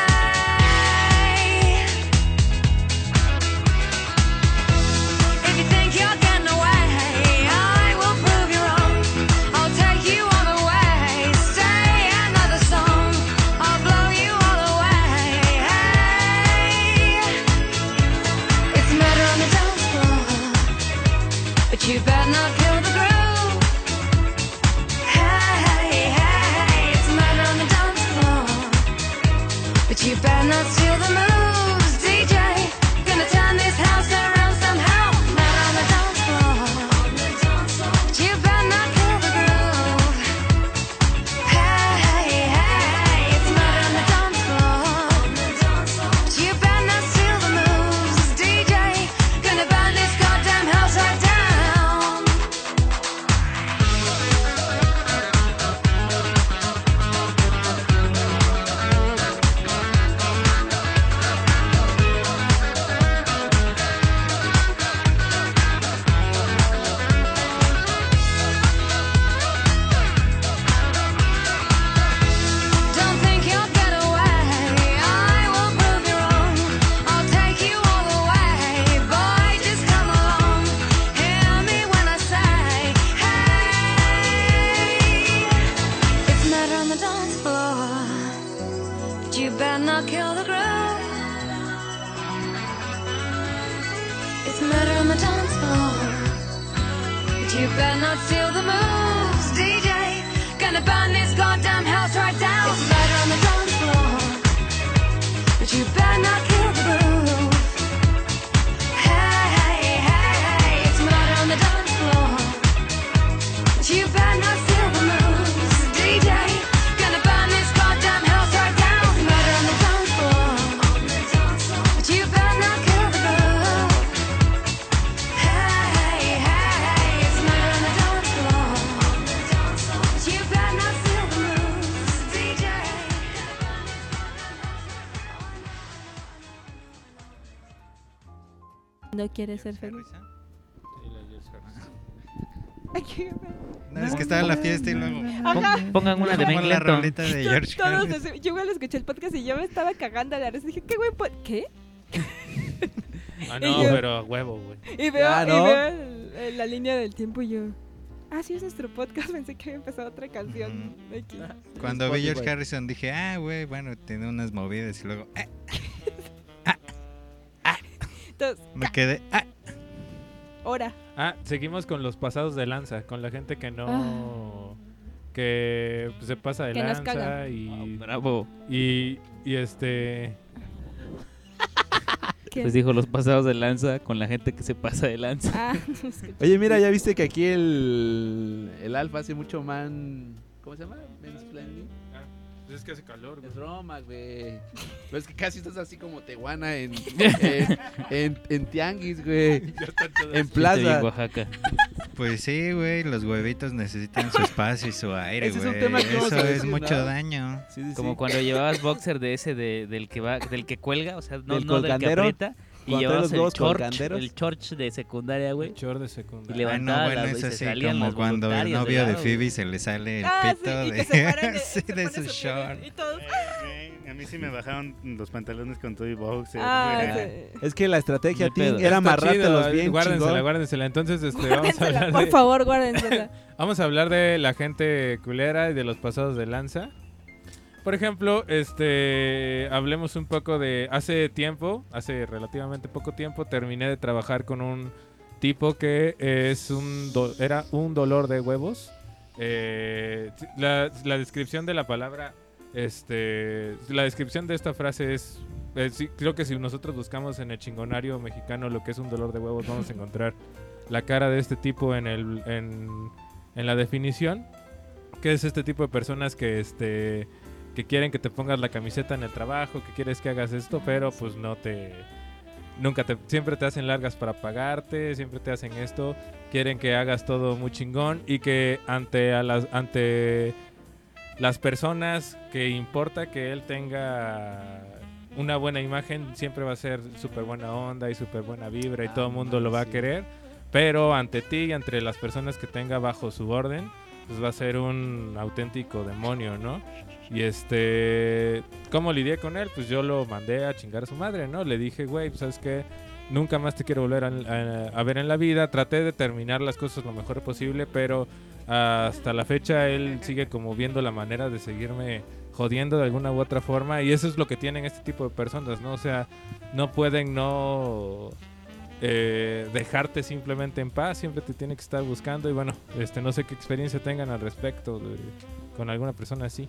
If you think you're getting away, I will prove you wrong. I'll take you all the way. Stay another song. I'll blow you all away. Hey, it's murder on the dance floor, but you better not kill the groove. Hey, hey, it's murder on the dance floor, but you better not steal the moves, D J. Gonna turn this house around somehow. Murder on the dance floor, but you better not kill the groove. Hey, hey, it's murder on the dance floor, but you better not steal the moves, D J. Gonna burn this goddamn house right down. Don't think you'll get away. I will prove you wrong. I'll take you all the way. Boy, just come along. Hear me when I say, hey, it's murder on the dance floor, but you better not kill the groove. It's murder on the dance floor, but you better not steal the moves, D J. Gonna burn this goddamn house right down. It's murder on the dance floor, but you better not kill the groove. Hey, hey, hey, it's murder on the dance floor, but you better not steal the moves, D J. Gonna burn this goddamn house right down. It's murder on the dance floor, but you better not kill the groove. Hey, hey, it's murder on the dance floor, but you better not steal the moves, D J. No quieres ser feliz. No, es que estaba en la fiesta y luego Ajá. Pongan una de pongo la Mengleton. rolita de To- George Todos Harrison. así- yo igual escuché el podcast y yo me estaba cagando de la risa. Dije, ¿qué güey? po- ¿Qué? Ah, Y no, yo- pero a huevo, güey. Y veo, Ah, y ¿no? veo el- el- la línea del tiempo y yo. Ah, sí, es nuestro podcast. Pensé que había empezado otra canción. X. Cuando vi Spotify. George Harrison dije, ah, güey, bueno, tiene unas movidas y luego ah, Entonces, me quedé. Ah. hora. Ah, seguimos con los pasados de lanza, con la gente que no... Que se pasa de Que nos lanza caga. y, Bravo. y... Y este... ¿Qué? Les dijo los pasados de lanza con la gente que se pasa de lanza. Ah, no escuché. Oye, mira, ya viste que aquí el, el Alfa hace mucho man. ¿Cómo se llama? Mansplaining. Pues es que hace calor, güey. Es broma, güey. Pero es que casi estás así como Tehuana en, en, en, en Tianguis, güey. En En Plaza. Oaxaca. Pues sí, güey, los huevitos necesitan su espacio y su aire, Ese es güey. un tema que vamos Eso a es decir, mucho ¿no? daño. Sí, sí, Como sí. cuando llevabas boxer de ese de, del que va, del que cuelga, o sea, no, ¿Del no del que colgandero? aprieta. Y Cuando trae llevabas los el huevos chorch, colganderos. el chorch de secundaria, güey. Chor de Y secundaria. Ah, levantaba no, bueno, las es veces, así salían como las cuando el voluntarias novio de lado, Phoebe güey. se le sale el Ah, pito sí, y de, que se paran de, sí, se de pone su su short. Y todos. Güey, a mí sí me bajaron los pantalones con todo y boxer. Ah, güey. sí. Es que la estrategia, No hay pedo. Tim, era Está amarrártelos chido, bien Guárdensela, chingón. guárdensela. Entonces, este, vamos a Guárdensela, hablar por de... favor, guárdensela. Vamos a hablar de la gente culera y de los pasados de lanza. Por ejemplo, este, hablemos un poco de hace tiempo, hace relativamente poco tiempo, terminé de trabajar con un tipo que es un do- era un dolor de huevos. Eh, la, la descripción de la palabra, este, la descripción de esta frase es, eh, sí, creo que si nosotros buscamos en el chingonario mexicano lo que es un dolor de huevos, vamos a encontrar la cara de este tipo en el, en, en la definición, que es este tipo de personas que, este, que quieren que te pongas la camiseta en el trabajo, que quieres que hagas esto, pero pues no te, nunca te, siempre te hacen largas para pagarte, siempre te hacen esto, quieren que hagas todo muy chingón y que ante a las ante las personas que importa que él tenga una buena imagen, siempre va a ser súper buena onda y súper buena vibra y Ah, todo el mundo lo va a sí. querer, pero ante ti y entre las personas que tenga bajo su orden, pues va a ser un auténtico demonio, ¿no? Y este, ¿cómo lidié con él? Pues yo lo mandé a chingar a su madre, ¿no? Le dije, güey, pues, ¿sabes qué? Nunca más te quiero volver a, a- a ver en la vida. Traté de terminar las cosas lo mejor posible, pero hasta la fecha él sigue como viendo la manera de seguirme jodiendo de alguna u otra forma. Y eso es lo que tienen este tipo de personas, ¿no? O sea, no pueden no eh, dejarte simplemente en paz. Siempre te tiene que estar buscando. Y bueno, este no sé qué experiencia tengan al respecto de- con alguna persona así.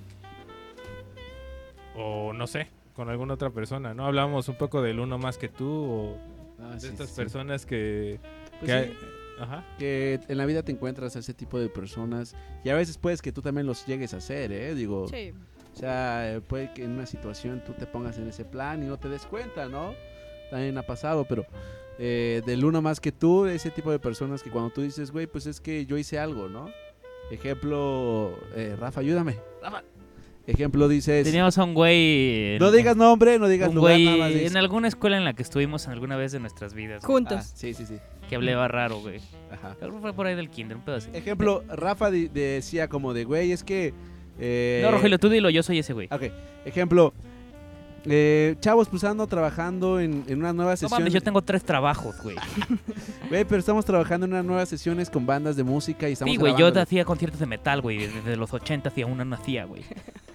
O no sé, con alguna otra persona, ¿no? Hablamos un poco del uno más que tú o Ah, de sí, estas sí. personas que... Pues que sí. hay- Ajá. Que en la vida te encuentras a ese tipo de personas y a veces puedes que tú también los llegues a hacer, ¿eh? Digo, Sí. o sea, eh, puede que en una situación tú te pongas en ese plan y no te des cuenta, ¿no? También ha pasado, pero eh, del uno más que tú, ese tipo de personas que cuando tú dices, güey, pues es que yo hice algo, ¿no? Ejemplo, eh, Rafa, ayúdame. Rafa. Ejemplo, dices... Teníamos a un güey... en- No digas nombre, no digas un lugar, güey nada más dices- en alguna escuela en la que estuvimos en alguna vez de nuestras vidas. güey, Juntos. Ah, sí, sí, sí. que hablaba raro, güey. Ajá. Creo que fue por ahí del kinder, un pedo así. Ejemplo, Rafa di- decía como de, güey, es que... eh, No, Rogelio, tú dilo, yo soy ese güey. Ok, ejemplo, eh, chavos, pues ando trabajando en, en una nueva No sesión. mames, yo tengo tres trabajos, güey. Güey, pero estamos trabajando en unas nuevas sesiones con bandas de música y estamos Sí, güey, yo grabándolo. hacía conciertos de metal, güey. Desde los ochenta hacía una, no hacía, güey.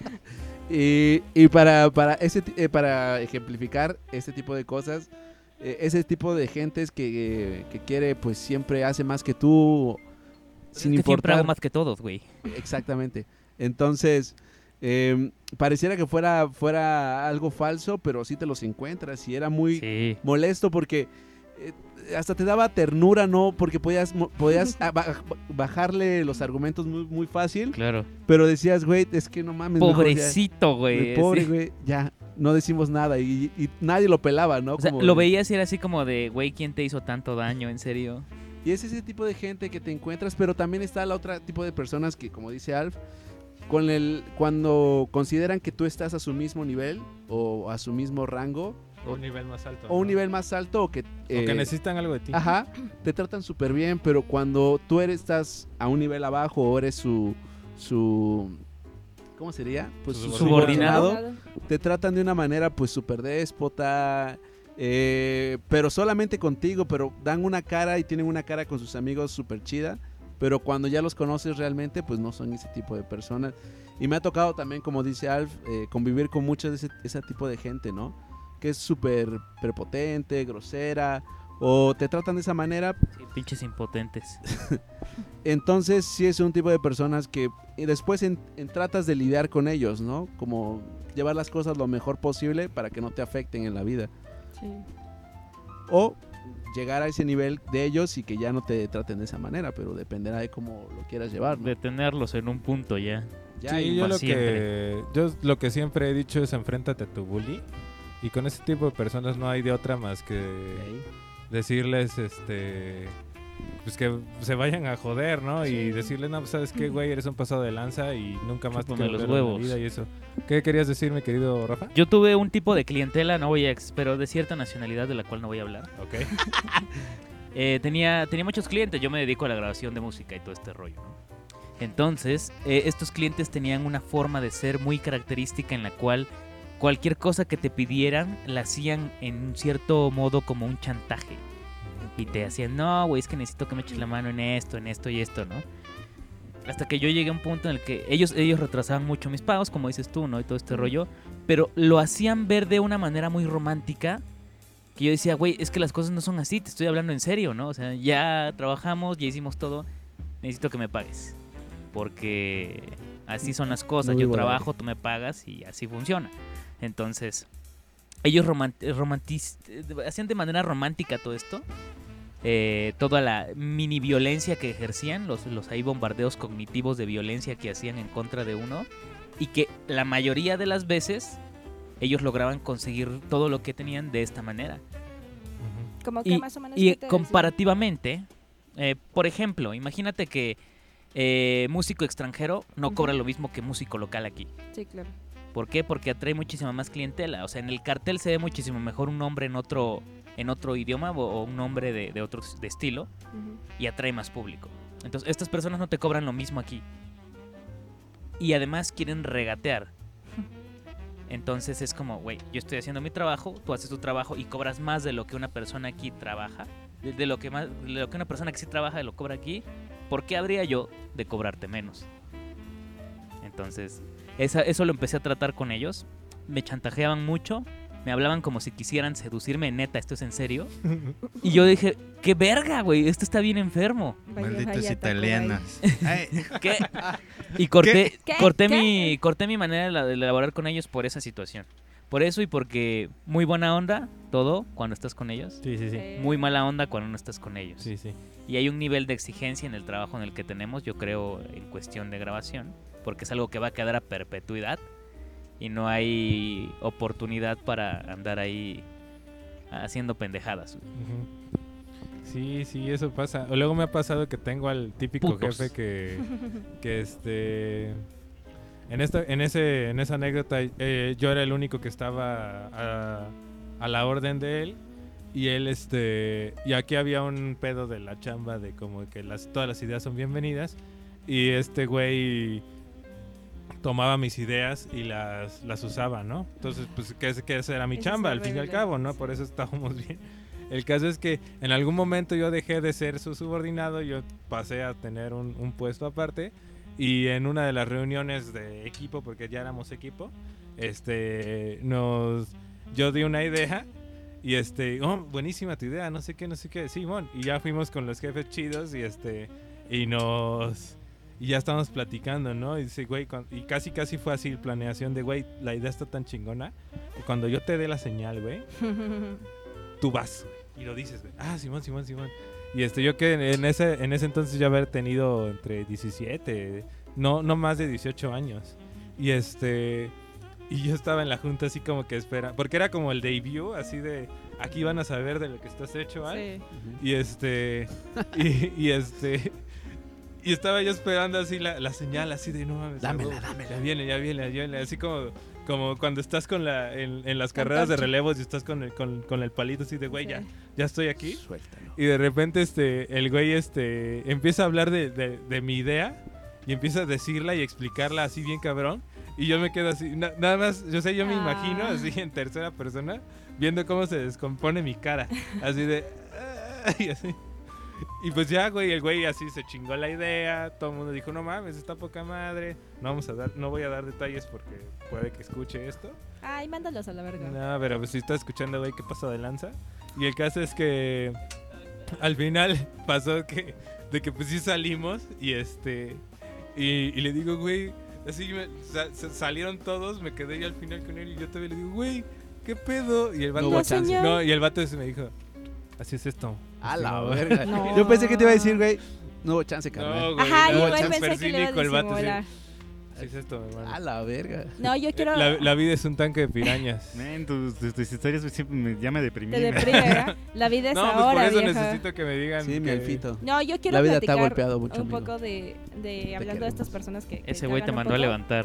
Y, y para, para, ese, ti- eh, para ejemplificar este tipo de cosas, eh, ese tipo de gentes que, eh, que quiere, pues siempre hace más que tú, sin es que siempre importar. hago más que todos, güey. Exactamente. Entonces, eh, pareciera que fuera, fuera algo falso, pero sí te los encuentras y era muy Sí. molesto porque eh, hasta te daba ternura, ¿no? Porque podías, mo- podías ah, ba- bajarle los argumentos muy, muy fácil, Claro. pero decías, güey, es que no mames. mejor ya- Pobrecito, güey. Pobre, sí. güey, ya, no decimos nada y, y nadie lo pelaba, ¿no? O sea, Como lo de- veías y era así como de, güey, ¿quién te hizo tanto daño? ¿En serio? Y es ese tipo de gente que te encuentras, pero también está el otro tipo de personas que, como dice Alf, con el, cuando consideran que tú estás a su mismo nivel o a su mismo rango O un nivel más alto. o un ¿no? nivel más alto o que... O que eh, necesitan algo de ti. Ajá, te tratan súper bien, pero cuando tú eres, estás a un nivel abajo o eres su... su ¿cómo sería? Pues Su su subordinado. subordinado, te tratan de una manera pues súper déspota, eh, pero solamente contigo, pero dan una cara y tienen una cara con sus amigos súper chida, pero cuando ya los conoces realmente pues no son ese tipo de personas. Y me ha tocado también, como dice Alf, eh, convivir con mucho de ese, ese tipo de gente, ¿no? Que es súper prepotente, grosera, o te tratan de esa manera. Sí, pinches impotentes. Entonces sí es un tipo de personas que y después en, en tratas de lidiar con ellos, ¿no? Como llevar las cosas lo mejor posible para que no te afecten en la vida. Sí. O llegar a ese nivel de ellos y que ya no te traten de esa manera, pero dependerá de cómo lo quieras llevar, ¿no? Detenerlos en un punto ya. Ya, Sí, y yo para lo, que, siempre. yo lo que siempre he dicho es enfréntate a tu bully. Y con ese tipo de personas no hay de otra más que ahí. decirles, este... Pues que se vayan a joder, ¿no? Y decirles, no, pues sabes qué, güey, eres un pasado de lanza y nunca más te Chúpame quiero los ver en la huevos. vida y eso. ¿Qué querías decir, mi querido Rafa? Yo tuve un tipo de clientela, no voy a, ex- pero de cierta nacionalidad de la cual no voy a hablar. Ok. Eh, tenía, tenía muchos clientes, yo me dedico a la grabación de música y todo este rollo, ¿no? Entonces, eh, estos clientes tenían una forma de ser muy característica en la cual cualquier cosa que te pidieran la hacían en un cierto modo como un chantaje. Y te hacían, no, güey, es que necesito que me eches la mano en esto, en esto y esto, ¿no? Hasta que yo llegué a un punto en el que ellos, ellos retrasaban mucho mis pagos, como dices tú, ¿no? Y todo este rollo. Pero lo hacían ver de una manera muy romántica. Que yo decía, güey, es que las cosas no son así, te estoy hablando en serio, ¿no? O sea, ya trabajamos, ya hicimos todo, necesito que me pagues. Porque así son las cosas, Muy yo buena trabajo, tú me pagas y así funciona. Entonces, ellos romant romantiz hacían de manera romántica todo esto. Eh, toda la mini violencia que ejercían, los, los ahí bombardeos cognitivos de violencia que hacían en contra de uno. Y que la mayoría de las veces ellos lograban conseguir todo lo que tenían de esta manera. Como que Y, más o menos. y ¿qué te decía? comparativamente, eh, por ejemplo, imagínate que eh, músico extranjero no Ujú. cobra lo mismo que músico local aquí. Sí, claro. ¿Por qué? Porque atrae muchísima más clientela. O sea, en el cartel se ve muchísimo mejor un nombre en otro, en otro idioma o, o un nombre de, de otro de estilo Ujú. y atrae más público. Entonces, estas personas no te cobran lo mismo aquí. Y además quieren regatear. Entonces es como, güey, yo estoy haciendo mi trabajo, tú haces tu trabajo y cobras más de lo que una persona aquí trabaja, de, de lo que más, de lo que una persona que sí trabaja lo cobra aquí. ¿Por qué habría yo de cobrarte menos? Entonces, esa, eso lo empecé a tratar con ellos. Me chantajeaban mucho, me hablaban como si quisieran seducirme, neta, esto es en serio. Y yo dije, qué verga, güey, esto está bien enfermo. Vaya, Malditos vaya, Taco italianos. Ay, ¿Qué? Y corté, ¿Qué? corté ¿Qué? mi, corté mi manera de la- de elaborar con ellos por esa situación. Por eso y porque muy buena onda todo cuando estás con ellos. Sí, sí, sí. Eh, Muy mala onda cuando no estás con ellos. Sí, sí. Y hay un nivel de exigencia en el trabajo en el que tenemos, yo creo, en cuestión de grabación, porque es algo que va a quedar a perpetuidad y no hay oportunidad para andar ahí haciendo pendejadas. Ujú. Sí, sí, eso pasa. O luego me ha pasado que tengo al típico Putos. jefe que, que este, en esta, en ese, en esa anécdota, eh, yo era el único que estaba a, a la orden de él y él, este, y aquí había un pedo de la chamba de como que las, todas las ideas son bienvenidas y este güey tomaba mis ideas y las, las usaba, ¿no? Entonces, pues, que, que esa era mi Eso es chamba, al fin y al horrible. cabo, ¿no? Por eso estábamos bien. El caso es que en algún momento yo dejé de ser su subordinado, yo pasé a tener un, un puesto aparte y en una de las reuniones de equipo, porque ya éramos equipo, este, nos, yo di una idea y este, oh, buenísima tu idea, no sé qué, no sé qué, Simón, y ya fuimos con los jefes chidos y este, y nos, y ya estábamos platicando, ¿no? Y dice, güey, cuan- y casi casi fue así planeación de, güey, la idea está tan chingona que cuando yo te dé la señal, güey, tú vas, güey, y lo dices, güey. Ah, Simón, Simón, Simón. Y este, yo que en ese, en ese entonces ya haber tenido entre diecisiete, no, no más de dieciocho años. Y este, y yo estaba en la junta así como que espera, porque era como el debut, así de, aquí van a saber de lo que estás hecho, ¿al? Sí. Y este, y, y este, y estaba yo esperando así la, la señal, así de, no mames. Dámela, huevo, dámela. Ya viene, ya viene, ya viene, así como... Como cuando estás con la, en, en las carreras de Antorcha. relevos y estás con el, con, con el palito así de, güey, Sí. ya, ya estoy aquí. Suéltalo. Y de repente este, el güey este, empieza a hablar de, de, de mi idea y empieza a decirla y explicarla así bien cabrón. Y yo me quedo así, na- nada más, yo sé, yo me Ah. imagino así en tercera persona, viendo cómo se descompone mi cara. Así de... "Ah", y así. Y pues ya, güey, el güey así se chingó la idea, todo el mundo dijo, no mames, está poca madre, no vamos a dar, no voy a dar detalles porque puede que escuche esto. Ay, mándalos a la verga. No, pero pues si está escuchando, güey, ¿qué pasa de lanza? Y el caso es que al final pasó que, de que pues sí salimos y este, y, y le digo, güey, así me, sa- sa- salieron todos, me quedé yo al final con él y yo todavía le digo, güey, ¿qué pedo? Y el vato, No hubo chance. señor. no, y el vato ese me dijo, así es esto. A la estimado". verga. No. Yo pensé que te iba a decir, güey, no hubo chance, No, carnal. güey, Ajá, no, igual súper pensé que le iba a cínico el vato, sí. disimular. Así es esto, mi hermano. A la verga. No, yo quiero... La, la vida es un tanque de pirañas. Men, tus, tus, tus historias siempre me, ya me deprimí. Te men. deprime, ¿verdad? La vida es No, pues por ahora, eso vieja. necesito que me digan. Sí, mi que- elfito. No, yo quiero La vida te ha platicar golpeado mucho, un amigo. poco de, de hablando de estas personas que, que Ese güey te cagan un mandó a poco. levantar.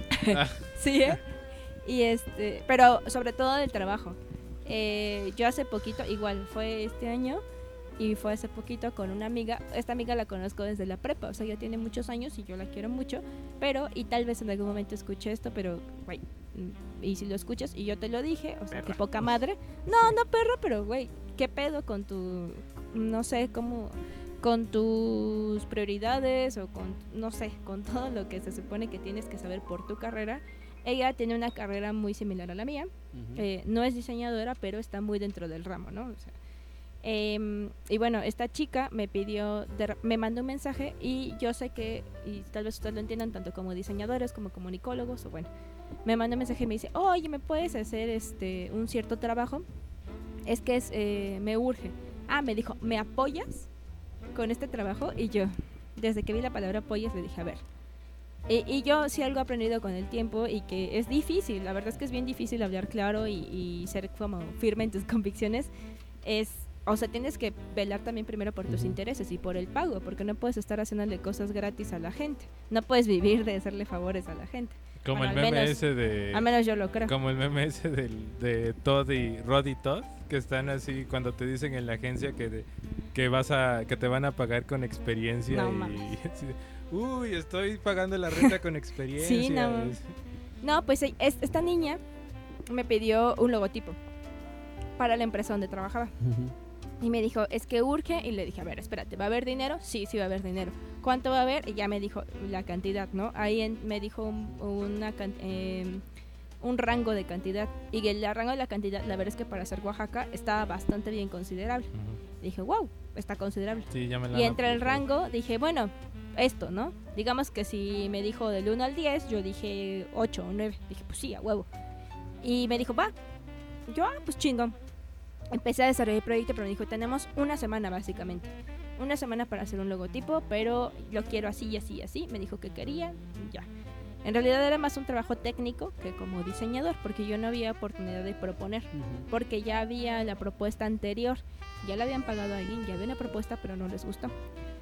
Sí, ¿eh? Y este, pero sobre todo del trabajo. Eh, yo hace poquito, igual fue este año y fue hace poquito con una amiga. Esta amiga la conozco desde la prepa, o sea, ya tiene muchos años y yo la quiero mucho. Pero, y tal vez en algún momento escuche esto, pero, güey, mm, y si lo escuchas y yo te lo dije, o sea, Perra. qué poca madre. No, no perro, pero, güey, ¿qué pedo con tu, no sé, cómo, con tus prioridades o con, no sé, con todo lo que se supone que tienes que saber por tu carrera? Ella tiene una carrera muy similar a la mía. Eh, no es diseñadora, pero está muy dentro del ramo, ¿no? O sea, em, y bueno, esta chica me pidió, de re- me mandó un mensaje y yo sé que, y tal vez ustedes lo entiendan tanto como diseñadores como comunicólogos, o bueno, me mandó un mensaje y me dice, oye, ¿me puedes hacer este un cierto trabajo? Es que es, eh, me urge. Ah, me dijo, ¿me apoyas con este trabajo? Y yo, desde que vi la palabra apoyas, le dije, a ver. Y, y yo sí algo he aprendido con el tiempo y que es difícil, la verdad es que es bien difícil hablar claro y, y ser como firme en tus convicciones. Es o sea, tienes que velar también primero por tus Ujú. intereses y por el pago, porque no puedes estar haciéndole cosas gratis a la gente. No puedes vivir de hacerle favores a la gente. Como Bueno, el al meme menos- ese de... Al menos yo lo creo. Como el meme ese del, de Todd y Rod y Todd, que están así cuando te dicen en la agencia que, de- que vas a que te van a pagar con experiencia No y mames. así de, uy, estoy pagando la renta con experiencia. Sí, no. Es- No, pues e- es- esta niña me pidió un logotipo para la empresa donde trabajaba. Y me dijo, es que urge. Y le dije, a ver, espérate, ¿va a haber dinero? Sí, sí va a haber dinero. ¿Cuánto va a haber? Y ya me dijo la cantidad, ¿no? Ahí en- me dijo un, una can- em, un rango de cantidad. Y el rango de la cantidad, la verdad es que para ser Oaxaca estaba bastante bien considerable. Ujú. Dije, wow, está considerable. Sí, ya me la Y han entre el aplicado. rango dije, bueno, esto, ¿no? Digamos que si me dijo del uno al diez, yo dije ocho o nueve. Dije, pues sí, a huevo. Y me dijo, va. Yo, ah, pues chingón. Empecé a desarrollar el proyecto, pero me dijo, tenemos una semana básicamente. Una semana para hacer un logotipo, pero lo quiero así y así y así. Me dijo que quería, y ya. En realidad era más un trabajo técnico que como diseñador, porque yo no había oportunidad de proponer. Porque ya había la propuesta anterior, ya le habían pagado a alguien, ya había una propuesta, pero no les gustó.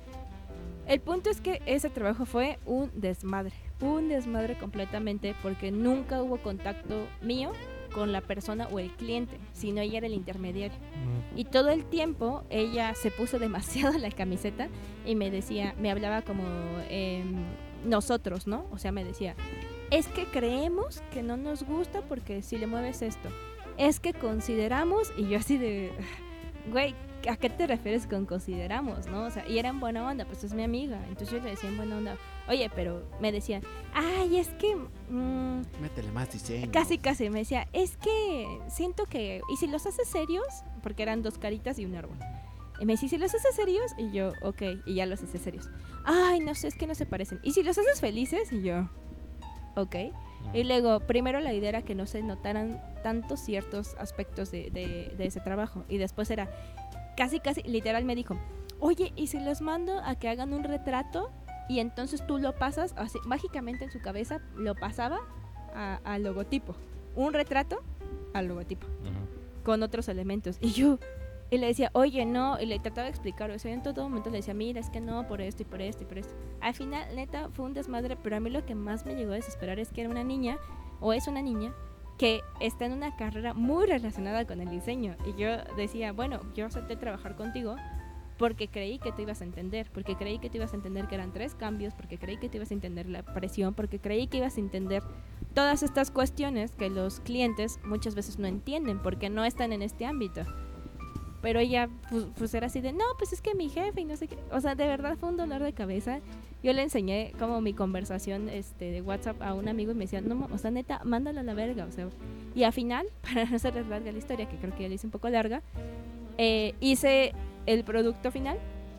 El punto es que ese trabajo fue un desmadre, un desmadre completamente, porque nunca hubo contacto mío con la persona o el cliente, sino ella era el intermediario. Ujú. Y todo el tiempo ella se puso demasiado la camiseta y me decía, me hablaba como em, nosotros, ¿no? O sea, me decía, es que creemos que no nos gusta porque si le mueves esto, es que consideramos, y yo así de, güey, ¿a qué te refieres con consideramos, no? O sea, y era en buena onda, pues es mi amiga, entonces yo le decía en buena onda, oye, pero me decía, ay, es que... mm, Métele más diseño. Casi, casi, me decía, es que siento que, ¿y si los haces serios? Porque eran dos caritas y un árbol. Y me decía, ¿y si los haces serios? Y yo, ok, y ya los hice serios. Ay, no sé, es que no se parecen. ¿Y si los haces felices? Y yo, ok. Y luego, primero la idea era que no se notaran tantos ciertos aspectos de, de, de ese trabajo. Y después era, casi, casi, literal me dijo, oye, ¿y si los mando a que hagan un retrato? Y entonces tú lo pasas, así, mágicamente en su cabeza lo pasaba a- al logotipo. Un retrato al logotipo, Ujú. con otros elementos. Y yo, y le decía, oye, no, y le trataba de explicar, o sea, en todo momento le decía, mira, es que no, por esto y por esto y por esto. Al final, neta, fue un desmadre, pero a mí lo que más me llegó a desesperar es que era una niña, o es una niña, que está en una carrera muy relacionada con el diseño. Y yo decía, bueno, yo acepté trabajar contigo porque creí que te ibas a entender, porque creí que te ibas a entender que eran tres cambios, porque creí que te ibas a entender la presión, porque creí que ibas a entender todas estas cuestiones que los clientes muchas veces no entienden porque no están en este ámbito. Pero ella pues, pues era así de, no, pues es que mi jefe y no sé qué. O sea, de verdad fue un dolor de cabeza. Yo le enseñé como mi conversación este, de WhatsApp a un amigo y me decía, no, o sea, neta, mándala a la verga. O sea, y al final, para no hacerles larga la historia, que creo que ya la hice un poco larga, eh, hice el producto final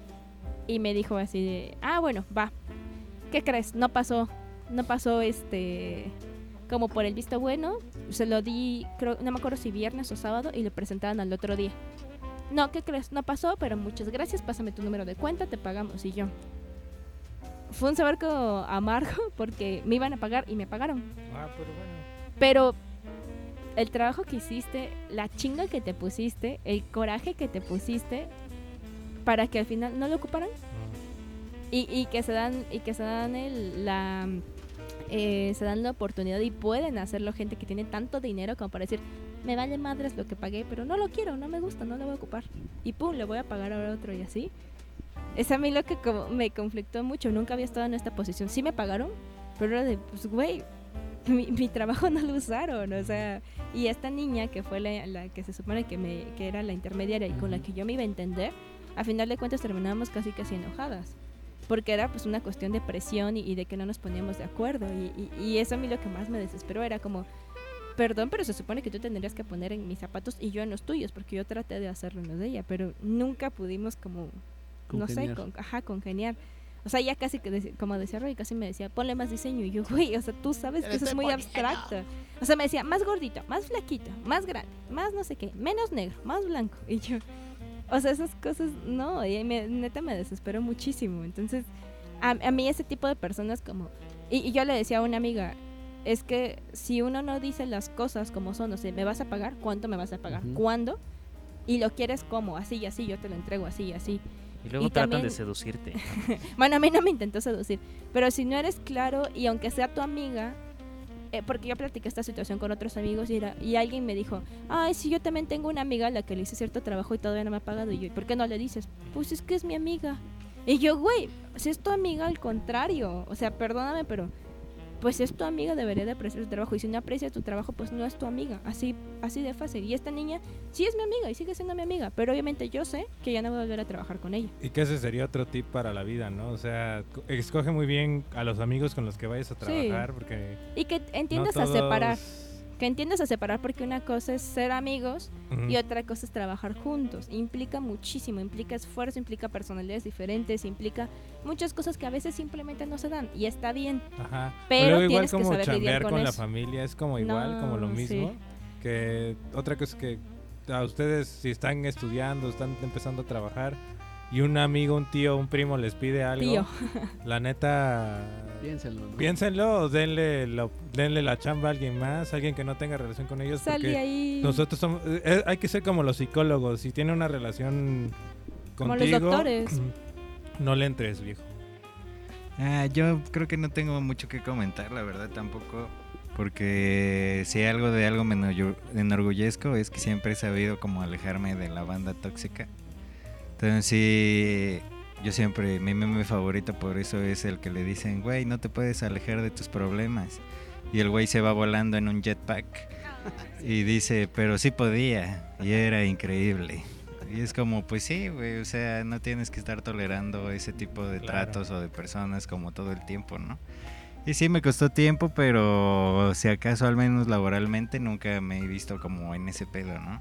y me dijo así de, ah, bueno, va. ¿Qué crees? No pasó, no pasó este... como por el visto bueno, se lo di, creo, no me acuerdo si viernes o sábado, y lo presentaban al otro día. No, ¿qué crees? No pasó, pero muchas gracias, pásame tu número de cuenta, te pagamos. Y yo, fue un sabor como amargo porque me iban a pagar y me pagaron. Ah, pero bueno. Pero el trabajo que hiciste, la chinga que te pusiste, el coraje que te pusiste para que al final no lo ocuparan Mm. y, y que se dan y que se dan el, la eh, se dan la oportunidad y pueden hacerlo gente que tiene tanto dinero como para decir, me vale madres lo que pagué, pero no lo quiero, no me gusta, no lo voy a ocupar. Y pum, le voy a pagar a otro y así. Es a mí lo que como me conflictó mucho. Nunca había estado en esta posición. Sí me pagaron, pero era de, pues, güey, mi, mi trabajo no lo usaron. O sea, y esta niña que fue la, la que se supone que, me, que era la intermediaria y con la que yo me iba a entender, a final de cuentas terminábamos casi casi enojadas. Porque era pues una cuestión de presión y, y de que no nos poníamos de acuerdo. Y, y, y eso a mí lo que más me desesperó era como, perdón, pero se supone que tú tendrías que poner en mis zapatos y yo en los tuyos, porque yo traté de hacerlo en los de ella, pero nunca pudimos como, no sé, Congeniar. con, ajá, congeniar. O sea, ya casi, que dec- como decía Roy, casi me decía, ponle más diseño. Y yo, güey, o sea, tú sabes que eso es muy abstracto. O sea, me decía, más gordito, más flaquito, más grande, más no sé qué, menos negro, más blanco. Y yo, o sea, esas cosas, no, y me, neta me desesperó muchísimo. Entonces, a, a mí ese tipo de personas como... Y, y yo le decía a una amiga, es que si uno no dice las cosas como son, o sea, ¿me vas a pagar? ¿Cuánto me vas a pagar? Ujú. ¿Cuándo? y lo quieres como, así y así, yo te lo entrego así y así. Y luego Y tratan también- de seducirte. Bueno, a mí no me intentó seducir, pero si no eres claro y aunque sea tu amiga, eh, porque yo platiqué esta situación con otros amigos y, era, y alguien me dijo, ay, sí, yo también tengo una amiga a la que le hice cierto trabajo y todavía no me ha pagado. Y yo, ¿por qué no le dices? Pues es que es mi amiga. Y yo, güey, si es tu amiga, al contrario, o sea, perdóname, pero pues es tu amiga, debería de apreciar tu trabajo. Y si no aprecia tu trabajo, pues no es tu amiga. Así, así de fácil. Y esta niña sí es mi amiga y sigue siendo mi amiga, pero obviamente yo sé que ya no voy a volver a trabajar con ella. Y que ese sería otro tip para la vida, ¿no? O sea, co- escoge muy bien a los amigos con los que vayas a trabajar, porque Y que entiendas no a separar. todos- Que entiendas a separar porque una cosa es ser amigos Ujú. y otra cosa es trabajar juntos. Implica muchísimo, implica esfuerzo, implica personalidades diferentes, implica muchas cosas que a veces simplemente no se dan y está bien. Ajá. Pero Luego igual tienes que como saber lidiar chambear con con, la eso. familia es como igual, como lo No, mismo. sí. Que otra cosa es que a ustedes si están estudiando, están empezando a trabajar y un amigo, un tío, un primo les pide algo, Tío. la neta Piénsenlo, ¿no? piénsenlo o denle, lo- denle la chamba a alguien más, alguien que no tenga relación con ellos. Salí porque ahí. nosotros somos, eh, hay que ser como los psicólogos, si tiene una relación Como los contigo, doctores. no le entres, viejo. Ah, yo creo que no tengo mucho que comentar, la verdad tampoco, porque si algo de algo me enorgu- enorgullezco es que siempre he sabido como alejarme de la banda tóxica. Entonces sí, yo siempre, mi meme favorito por eso es el que le dicen, güey, no te puedes alejar de tus problemas. Y el güey se va volando en un jetpack y dice, pero sí podía, y era increíble. Y es como, pues sí, güey, o sea, no tienes que estar tolerando ese tipo de Claro. tratos o de personas como todo el tiempo, ¿no? Y sí, me costó tiempo, pero si acaso al menos laboralmente nunca me he visto como en ese pedo, ¿no?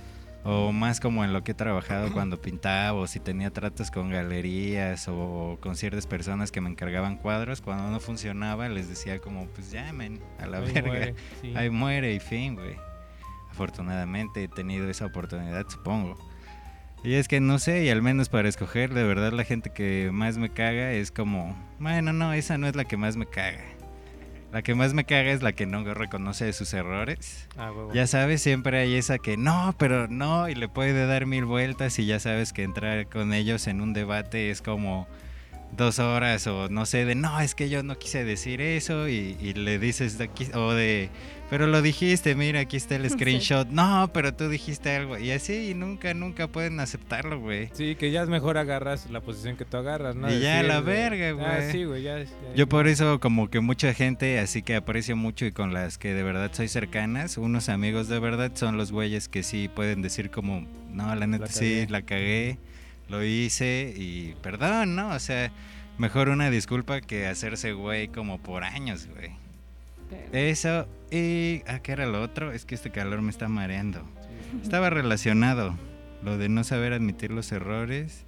O más como en lo que he trabajado cuando pintaba o si tenía tratos con galerías o con ciertas personas que me encargaban cuadros, cuando no funcionaba les decía como, pues ya, men, a la Ahí verga. muere, sí. Ahí muere y fin, güey. Afortunadamente he tenido esa oportunidad, supongo. Y es que no sé, y al menos para escoger, de verdad la gente que más me caga es como, bueno, no, esa no es la que más me caga. La que más me caga es la que no reconoce sus errores. Ah, huevo. Ya sabes, siempre hay esa que no, pero no, y le puede dar mil vueltas y ya sabes que entrar con ellos en un debate es como dos horas o no sé, de no, es que yo no quise decir eso y, y le dices de aquí, o de, pero lo dijiste, mira, aquí está el Sí. screenshot, no, pero tú dijiste algo y así y nunca, nunca pueden aceptarlo, güey. Sí, que ya es mejor agarras la posición que tú agarras, ¿no? Y ya, Decir, la de- verga, Ah, güey. sí, güey, ya, ya- Yo por eso como que mucha gente, así que aprecio mucho y con las que de verdad soy cercanas, unos amigos de verdad son los güeyes que sí pueden decir como, no, la neta La sí, cagué. la cagué, lo hice y perdón, ¿no? O sea, mejor una disculpa que hacerse güey como por años, güey. Pero- Eso y... Ah, ¿qué era lo otro? Es que este calor me está mareando. Estaba relacionado, lo de no saber admitir los errores.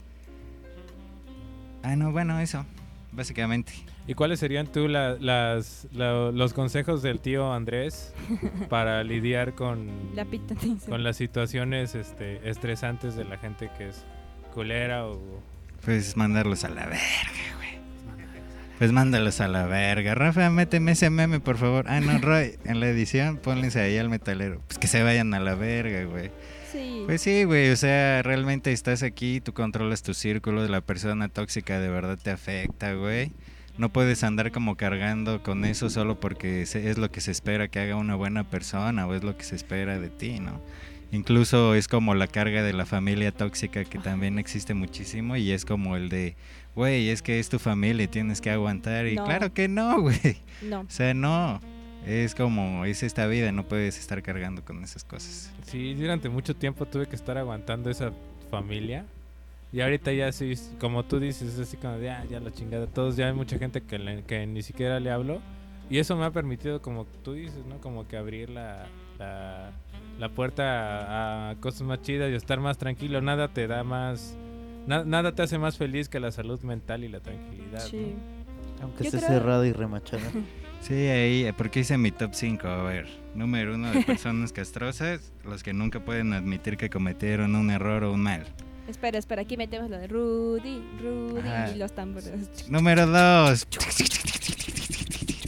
Ah, no, bueno, eso, básicamente. ¿Y cuáles serían tú la- las, la- los consejos del tío Andrés para lidiar con, La pita te dice. con las situaciones este, estresantes de la gente que es culera o... Pues mandarlos a la verga, güey. Pues mándalos a la verga. Rafa, méteme ese meme, por favor. Ah, no, Roy, en la edición ponles ahí al metalero. Pues que se vayan a la verga, güey. Sí. Pues sí, güey, o sea, realmente estás aquí, tú controlas tu círculo, la persona tóxica de verdad te afecta, güey. No puedes andar como cargando con eso solo porque se- es lo que se espera que haga una buena persona o es lo que se espera de ti, ¿no? Incluso es como la carga de la familia tóxica que también existe muchísimo y es como el de, güey, es que es tu familia y tienes que aguantar y No. claro que no, güey. No. O sea, no, es como, es esta vida, no puedes estar cargando con esas cosas. Sí, durante mucho tiempo tuve que estar aguantando esa familia. Y ahorita ya sí, como tú dices, es así como de, ah, ya la chingada. Todos, ya hay mucha gente que, le- que ni siquiera le hablo. Y eso me ha permitido, como tú dices, ¿no? Como que abrir la, la, la puerta a, a cosas más chidas y estar más tranquilo. Nada te da más... na- nada te hace más feliz que la salud mental y la tranquilidad, ¿no? Sí. Aunque Yo esté creo- cerrado y remachado. Sí, ahí, porque hice mi top cinco. A ver, número uno de personas castrosas, los que nunca pueden admitir que cometieron un error o un mal. Espera, espera, aquí metemos lo de Rudy, Rudy Ajá. y los tambores. Número dos,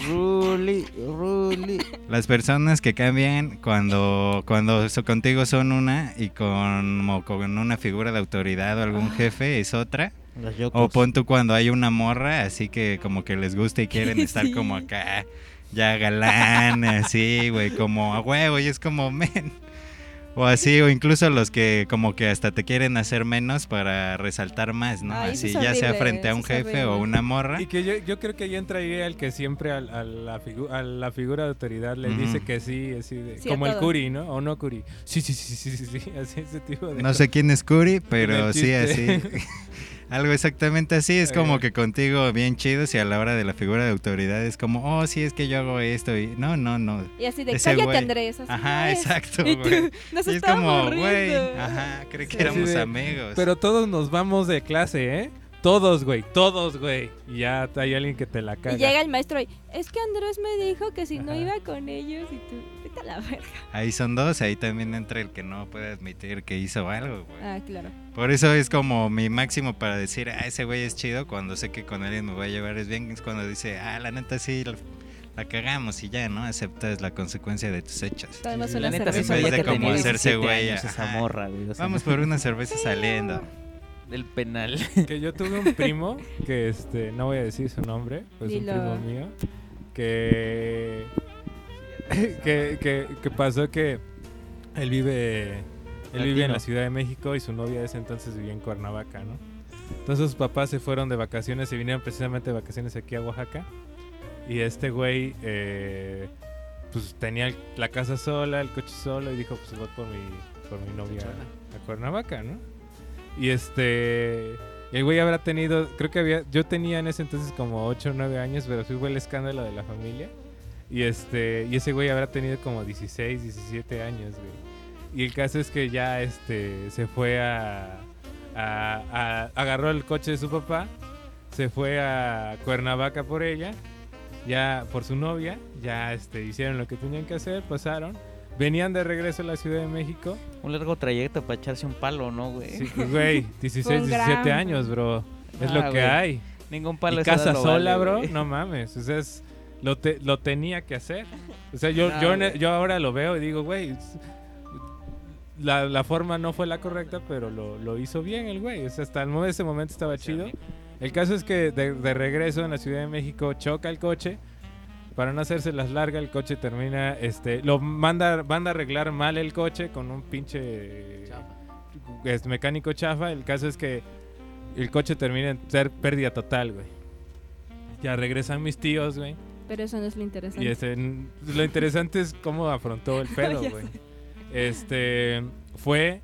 Ruli, Ruli. Las personas que cambian cuando cuando so- contigo son una y con, o con una figura de autoridad o algún jefe es otra. Las yokos. O pon tú cuando hay una morra, así que como que les gusta y quieren estar Sí. como acá, ya galán, así, güey, como a huevo, y es como, men. O así, o incluso los que como que hasta te quieren hacer menos para resaltar más, ¿no? Ay, eso así, es ya sea horrible, frente a un eso es jefe o horrible. una morra. Y que yo, yo creo que ahí entra ahí el que siempre al- a, la, figu- a la figura de autoridad le Ujú. dice que sí, así de, Sí, a como el todo. Curi, ¿no? O no Curi. Sí, sí, sí, sí, sí, sí, así ese tipo de... No sé quién es Curi, pero El sí, así. chiste. Algo exactamente así, es como Eh. que contigo bien chido, si a la hora de la figura de autoridad es como, oh, sí, es que yo hago esto, y no, no, no. Y así de, Ese cállate, güey. Andrés. Así Ajá, no es. exacto, Y tú, güey. nos Y es estábamos como, güey, riendo. ajá, creí que Sí, éramos así de, amigos. Pero todos nos vamos de clase, ¿eh? Todos, güey, todos, güey. Y ya hay alguien que te la caga. Y llega el maestro y, es que Andrés me dijo que si no Ajá. iba con ellos y tú, vete a la verga. Ahí son dos, ahí también entra el que no puede admitir que hizo algo, güey. Ah, claro. Por eso es como mi máximo para decir, ah, ese güey es chido, cuando sé que con alguien me voy a llevar es bien, es cuando dice, ah, la neta sí, la, la cagamos y ya, ¿no? Aceptas la consecuencia de tus hechos. Tomamos La una neta sí cerveza. En vez sabía de que como tenía hacerse diecisiete güey, años esa ajá. morra, güey. O sea, Vamos por una cerveza saliendo. del penal. Que yo tuve un primo, que este, no voy a decir su nombre, pues Dilo. un primo mío, que, que, que, que pasó que él vive, él vive en la Ciudad de México y su novia de ese entonces vivía en Cuernavaca, ¿no? Entonces sus papás se fueron de vacaciones, se vinieron precisamente de vacaciones aquí a Oaxaca y este güey eh, pues tenía el- la casa sola, el coche solo y dijo pues voy por mi, por mi novia a Cuernavaca, ¿no? Y este... El güey habrá tenido... Creo que había... Yo tenía en ese entonces como ocho o nueve años, pero sí fue el escándalo de la familia. Y este... Y ese güey habrá tenido como dieciséis, diecisiete años, güey. Y el caso es que ya este... Se fue a... a, a- agarró el coche de su papá. Se fue a Cuernavaca por ella. Ya por su novia. Ya este... Hicieron lo que tenían que hacer. Pasaron. Venían de regreso a la Ciudad de México. Un largo trayecto para echarse un palo, ¿no, güey? Sí, pues, güey, dieciséis, Un diecisiete gran- años, bro. Es Ah, lo que güey. hay. Ningún palo Y esa edad casa lo sola, vale, bro, güey. no mames. O sea, es, lo, te- lo tenía que hacer. O sea, yo, No, yo, en- güey. yo ahora lo veo y digo, güey, es- la, la forma no fue la correcta, pero lo, lo hizo bien el güey. O sea, hasta el mo- ese momento estaba chido. El caso es que de, de regreso en la Ciudad de México choca el coche. Para no hacerse las largas, el coche termina, este, lo manda, manda a arreglar mal el coche con un pinche es, mecánico chafa. El caso es que el coche termina en ser pérdida total, güey. Ya regresan mis tíos, güey. Pero eso no es lo interesante. Y este, n- lo interesante es cómo afrontó el pedo, Ya güey. sé. Este, fue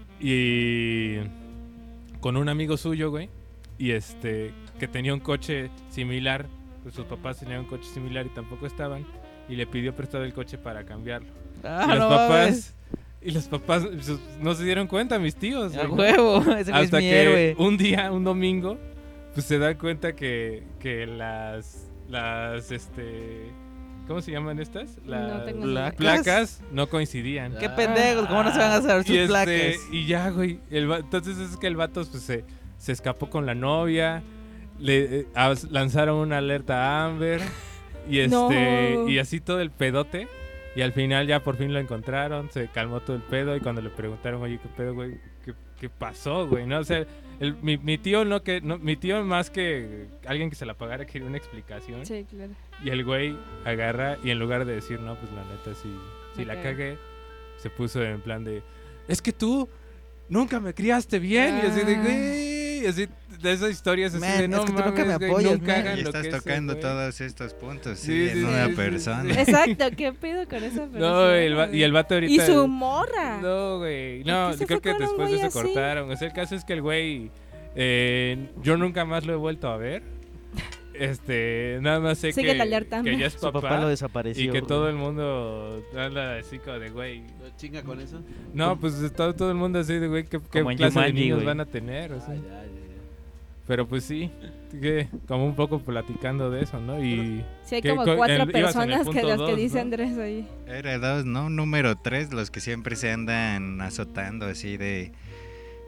y con un amigo suyo, güey, y este, que tenía un coche similar, pues sus papás tenían un coche similar y tampoco estaban, y le pidió prestado el coche para cambiarlo. Ah, y los no papás, mames. y los papás sus- no se dieron cuenta, mis tíos. A güey. huevo, ese güey es Hasta mi que héroe. un día, un domingo, pues se dan cuenta que, que las, las, este, ¿cómo se llaman estas? Las No tengo ni idea. placas no coincidían. Qué pendejos, ¿cómo no se van a saber sus Y, este, placas? y ya, güey, el va- entonces es que el vato pues, se, se escapó con la novia, le eh, as- lanzaron una alerta a Amber y este No. y así todo el pedote. Y al final ya por fin lo encontraron, se calmó todo el pedo y cuando le preguntaron, oye, ¿qué pedo, güey? ¿Qué, qué pasó, güey? ¿No? O sea, el- mi, mi tío no que no, mi tío más que alguien que se la pagara quería una explicación. Sí, claro. Y el güey agarra y en lugar de decir, no, pues la neta sí, sí Me la cagué. cagué, se puso en plan de, es que tú nunca me criaste bien. Y así de, Ah. güey, y así de esas historias así Man, de, es no que tú nunca mames, me güey, apoyas, nunca man". hagan Y lo estás que ese tocando güey". todos estos puntos, sí, Sí, en sí, una sí, sí, persona. sí. Exacto, ¿qué pedo con esa persona? No, el va- y el vato Y ahorita... su morra. No, güey. No, ¿Por qué se creo fue que con un después de güey eso así? cortaron. O sea, el caso es que el güey... eh, yo nunca más lo he vuelto a ver. Este, nada más sé Sigue que, la alerta, que ¿no? ya es Su papá, papá lo desapareció. y que güey. todo el mundo anda así como de güey. ¿Lo chinga con eso? No, pues todo, todo el mundo así de güey, ¿qué, qué Como en clase de Jumanji, niños güey. van a tener? O sea, Ah, ya, ya, ya. pero pues sí, que como un poco platicando de eso, ¿no? Y Sí, hay que como co- cuatro en- ibas en el personas que punto las que dos, dice ¿no? Andrés ahí. Era dos, ¿no? Número tres, los que siempre se andan azotando así de...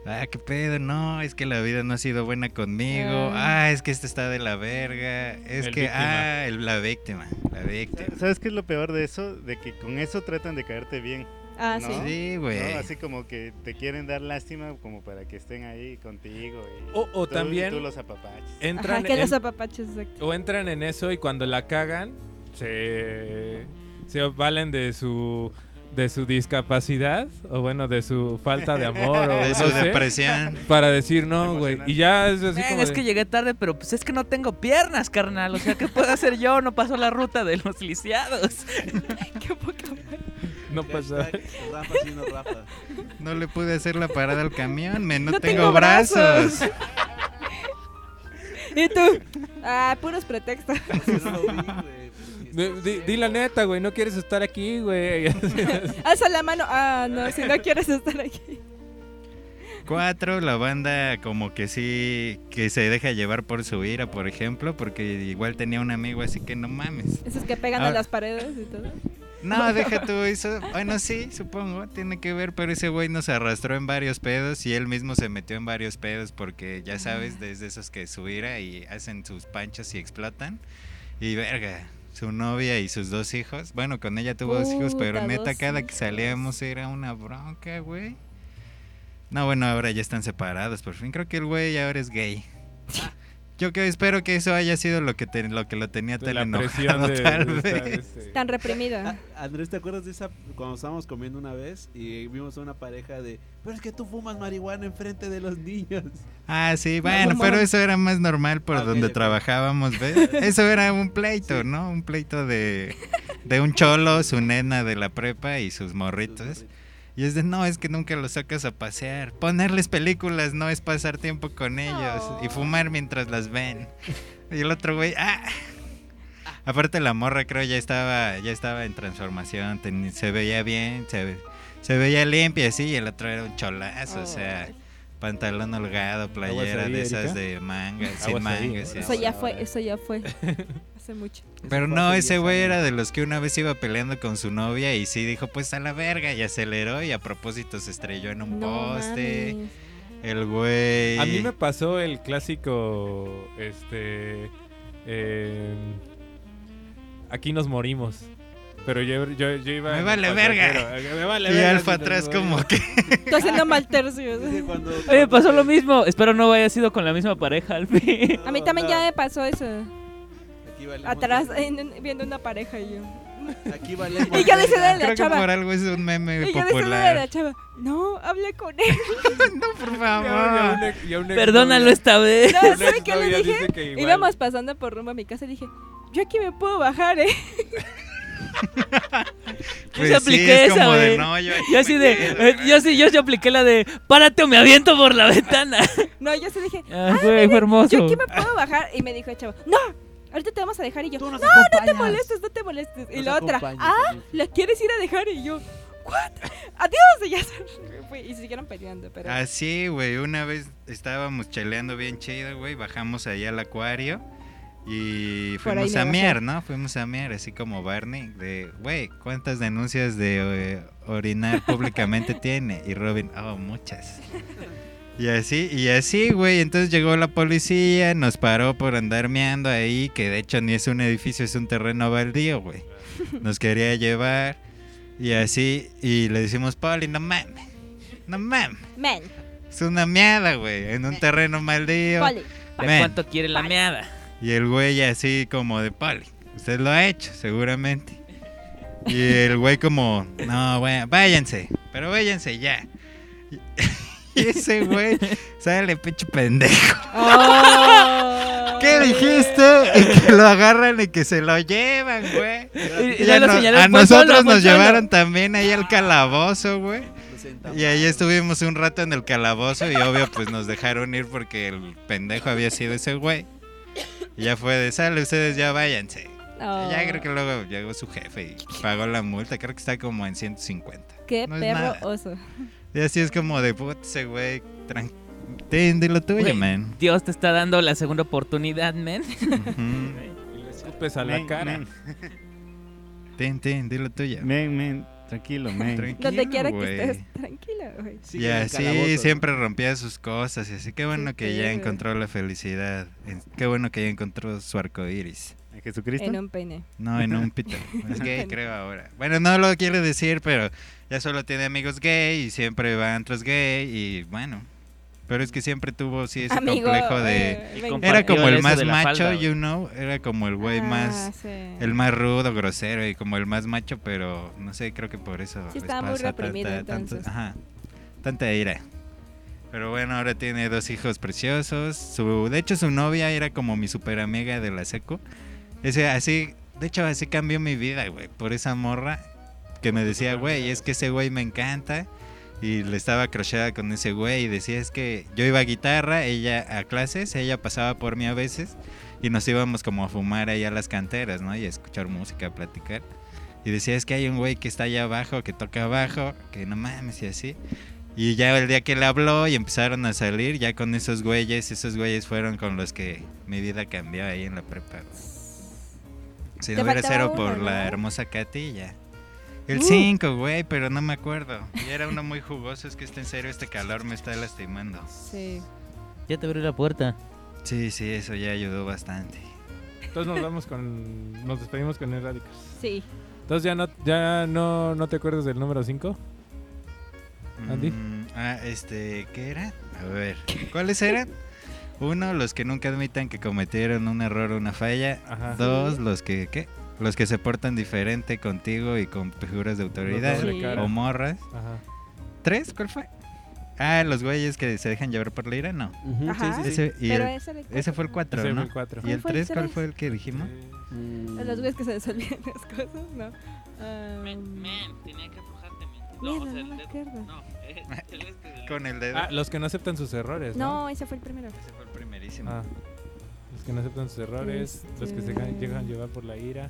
Ah, qué pedo, no, es que la vida no ha sido buena conmigo. Ah, es que este está de la verga. Es El que, víctima. ah, el- la víctima, la víctima. ¿Sabes qué es lo peor de eso? De que con eso tratan de caerte bien. Ah, ¿no? sí. Sí, güey. ¿no? Así como que te quieren dar lástima como para que estén ahí contigo. Y O- o tú- también- y tú los apapaches. Entran Ajá, que en- los apapaches, exacto. o entran en eso y cuando la cagan se, se valen de su de su discapacidad o bueno de su falta de amor o De no su sé, depresión. para decir no, güey. Y ya es así Ven, como es de- que llegué tarde, pero pues es que no tengo piernas, carnal. O sea, ¿qué puedo hacer yo? No paso la ruta de los lisiados. Qué poca madre. no pasa. Hashtag Rafa siendo Rafa. No le pude hacer la parada al camión, men, no, No tengo, tengo brazos. brazos. ¿Y tú? Ah, puros pretextos. Yo no lo vi, güey, porque Di, está di- ciego. di la neta, güey, no quieres estar aquí, güey. Alza la mano. Ah, no, si no quieres estar aquí. Cuatro, la banda como que sí, que se deja llevar por su ira, por ejemplo, porque igual tenía un amigo así que no mames. Esos que pegan Ah. a las paredes y todo. No, deja tú eso. Bueno, sí, supongo, tiene que ver, pero ese güey nos arrastró en varios pedos y él mismo se metió en varios pedos porque ya sabes, desde esos que su ira y hacen sus panchos y explotan. Y verga, su novia y sus dos hijos. Bueno, con ella tuvo dos hijos, pero Puta, neta, dos cada que hijos. salíamos era una bronca, güey. No, bueno, ahora ya están separados, por fin. Creo que el güey ahora es gay. Yo que espero que eso haya sido lo que, te- lo, que lo tenía De tan la presión enojado, de, tal de estar, vez. este, Tan reprimida. Ah, Andrés, ¿te acuerdas de esa cuando estábamos comiendo una vez y vimos a una pareja de, pero es que tú fumas marihuana enfrente de los niños? Ah, sí, bueno, No, pero no. eso era más normal por Ah, donde ok, ok. trabajábamos, ¿ves? Eso era un pleito, ¿no? Un pleito de, de un cholo, su nena de la prepa y sus morritos. Y es de, no, es que nunca los sacas a pasear. Ponerles películas no es pasar tiempo con ellos. Y fumar mientras las ven. Y el otro güey, ah. Aparte la morra creo ya estaba ya estaba en transformación, ten- se veía bien, se, ve- se veía limpia, sí, y el otro era un cholazo, o sea, pantalón holgado, playera ahí, de esas Erika? de mangas, sin Aguas ahí, mangas. sí. Eso ya fue, eso ya fue. Hace mucho. Pero fue no, hace ese diez güey años. era de los que una vez iba peleando con su novia y sí dijo, pues a la verga, y aceleró y a propósito se estrelló en un No poste. mames. El güey... A mí me pasó el clásico, este, eh, aquí nos morimos. Pero yo, yo, yo iba... Me en el vale pasajero. verga. Me vale Y verga. Alfa si nos atrás morimos. como que... Tú haciendo mal tercio. Es que cuando- Oye, me pasó cuando lo te- mismo. Espero no haya sido con la misma pareja, Alfie. A mí también ya me pasó eso. Aquí valemos Atrás, verga. en- viendo una pareja y yo. Aquí valemos Y yo decía verga. de la Creo que chava. por algo es un meme Y yo decía de popular. la chava. No, hablé con él. No, por Y a un- y a favor. un ex- y a un Perdónalo exnovia- esta vez. No, una ¿sabes qué le exnovia dije? dice que igual- Íbamos pasando por rumbo a mi casa y dije, yo aquí me puedo bajar, ¿eh? Pues Yo sí, apliqué es esa, como de, güey. no, yo, aquí Yo así me de, quedo, eh, güey. yo sí, yo sí apliqué la de, párate o me aviento por la ventana. No, yo sí dije, Ah, güey, fue hermoso. yo aquí me puedo bajar. Y me dijo el chavo, no, ahorita te vamos a dejar. Y yo, Tú no, nos no te acompañas. molestes, no te molestes. Y Nos la otra, acompañas, ah, amigo. ¿la quieres ir a dejar? Y yo, ¿what? Adiós. Y ya se fue. Y siguieron peleando, pero... Así, güey, una vez estábamos cheleando bien chido, güey, bajamos allá al acuario y Por ahí fuimos me a bajé. mear, ¿no? Fuimos a mear, así como Barney, de, güey, ¿cuántas denuncias de eh, orinar públicamente tiene? Y Robin, oh, muchas. Y así, y así, güey, entonces llegó la policía, nos paró por andar meando ahí, que de hecho ni es un edificio, es un terreno baldío, güey. Nos quería llevar y así, y le decimos, Poli, no mames, no mames. Men, Es una meada, güey, en un terreno baldío. Poli. ¿De Men. cuánto quiere la meada? Y el güey así como de Poli. Usted lo ha hecho, seguramente. Y el güey como, no, güey, váyanse, pero váyanse ya. Y, y ese güey sale pinche pendejo. Oh. ¿Qué dijiste? Y que lo agarran y que se lo llevan, güey. Y, y Y a, ya lo no- señaló, a "Pon nosotros solo, pon nos solo". llevaron también ahí al calabozo, güey. Lo sentamos. Y ahí estuvimos un rato en el calabozo y obvio pues nos dejaron ir porque el pendejo había sido ese güey. Y ya fue de sale, ustedes ya váyanse. Oh. Y ya creo que luego llegó su jefe y pagó la multa, creo que está como en ciento cincuenta. Qué No es perro nada. oso. Y así es como de puta ese güey, tran- ten, di lo tuyo, Güey, man. Dios te está dando la segunda oportunidad, men. Ujú. Y le escupes a la Men, cara. men, Ten, ten, di lo tuyo. men, men, Tranquilo, men. Tranquilo, Donde quiera que güey. estés, tranquila, güey. Sigue Y en el así calabozo, siempre rompía sus cosas y así. Qué bueno Qué que ya pedo. encontró la felicidad. En- Qué bueno que ya encontró su arco iris. ¿En Jesucristo? En un pene. No, en un pito. Es gay, creo, ahora. Bueno, no lo quiere decir, pero ya solo tiene amigos gay y siempre va a antros gay y bueno. Pero es que siempre tuvo, sí, ese Amigo, complejo de... eh, Y ven- compa- Era como el eso más de la macho, falda, you güey. know. Era como el güey Ah, más... sí. El más rudo, grosero y como el más macho, pero no sé, creo que por eso Sí, les estaba muy pasa reprimido, tanta, tanto- entonces. ajá, tanta ira. Pero bueno, ahora tiene dos hijos preciosos. Su, de hecho, su novia era como mi super amiga de la seco. Ese, así, de hecho, así cambió mi vida, güey, por esa morra que me decía, güey, es que ese güey me encanta. Y le estaba crocheada con ese güey y decía, es que yo iba a guitarra, ella a clases, ella pasaba por mí a veces y nos íbamos como a fumar ahí a las canteras, ¿no? Y a escuchar música, a platicar. Y decía, es que hay un güey que está allá abajo, que toca abajo, que no mames y así. Y ya el día que le habló y empezaron a salir, ya con esos güeyes, esos güeyes fueron con los que mi vida cambió ahí en la prepa. Si Te no hubiera faltaba sido uno, por ¿no? la hermosa Katy, ya. El Uh. cinco, güey, pero no me acuerdo. Y era uno muy jugoso, es que está en serio, este calor me está lastimando. Sí. Ya te abrió la puerta. Sí, sí, eso ya ayudó bastante. Entonces nos vamos con... Nos despedimos con el Radicals. Sí. Entonces ya no, ya no, no te acuerdas del número cinco. Andy. Mm, ah, este, ¿qué era? A ver, ¿cuáles eran? Uno, los que nunca admitan que cometieron un error o una falla. Ajá. Dos, Sí. los que, ¿qué? Los que se portan diferente contigo y con figuras de autoridad. doble Sí. cara. O morras. Ajá. ¿Tres? ¿Cuál fue? Ah, los güeyes que se dejan llevar por la ira, no. Ujú, Ajá. sí, sí, sí. Ese, y Pero el- ese, le- ese fue el cuatro, Ese fue ¿no? el cuatro. ¿Y el ¿Cuál fue el tres? ¿Cuál tres? fue el que dijimos? Mm. A los güeyes que se les olvidan las cosas, ¿no? Ah, tenía que aflojarte, men. Mierda, no me acuerdo. No, Con el dedo. Ah, los que no aceptan sus errores, ¿no? No, ese fue el primero. Ese fue el primerísimo. Ah, los que no aceptan sus errores, los que se Este- dejan, llegan a llevar por la ira.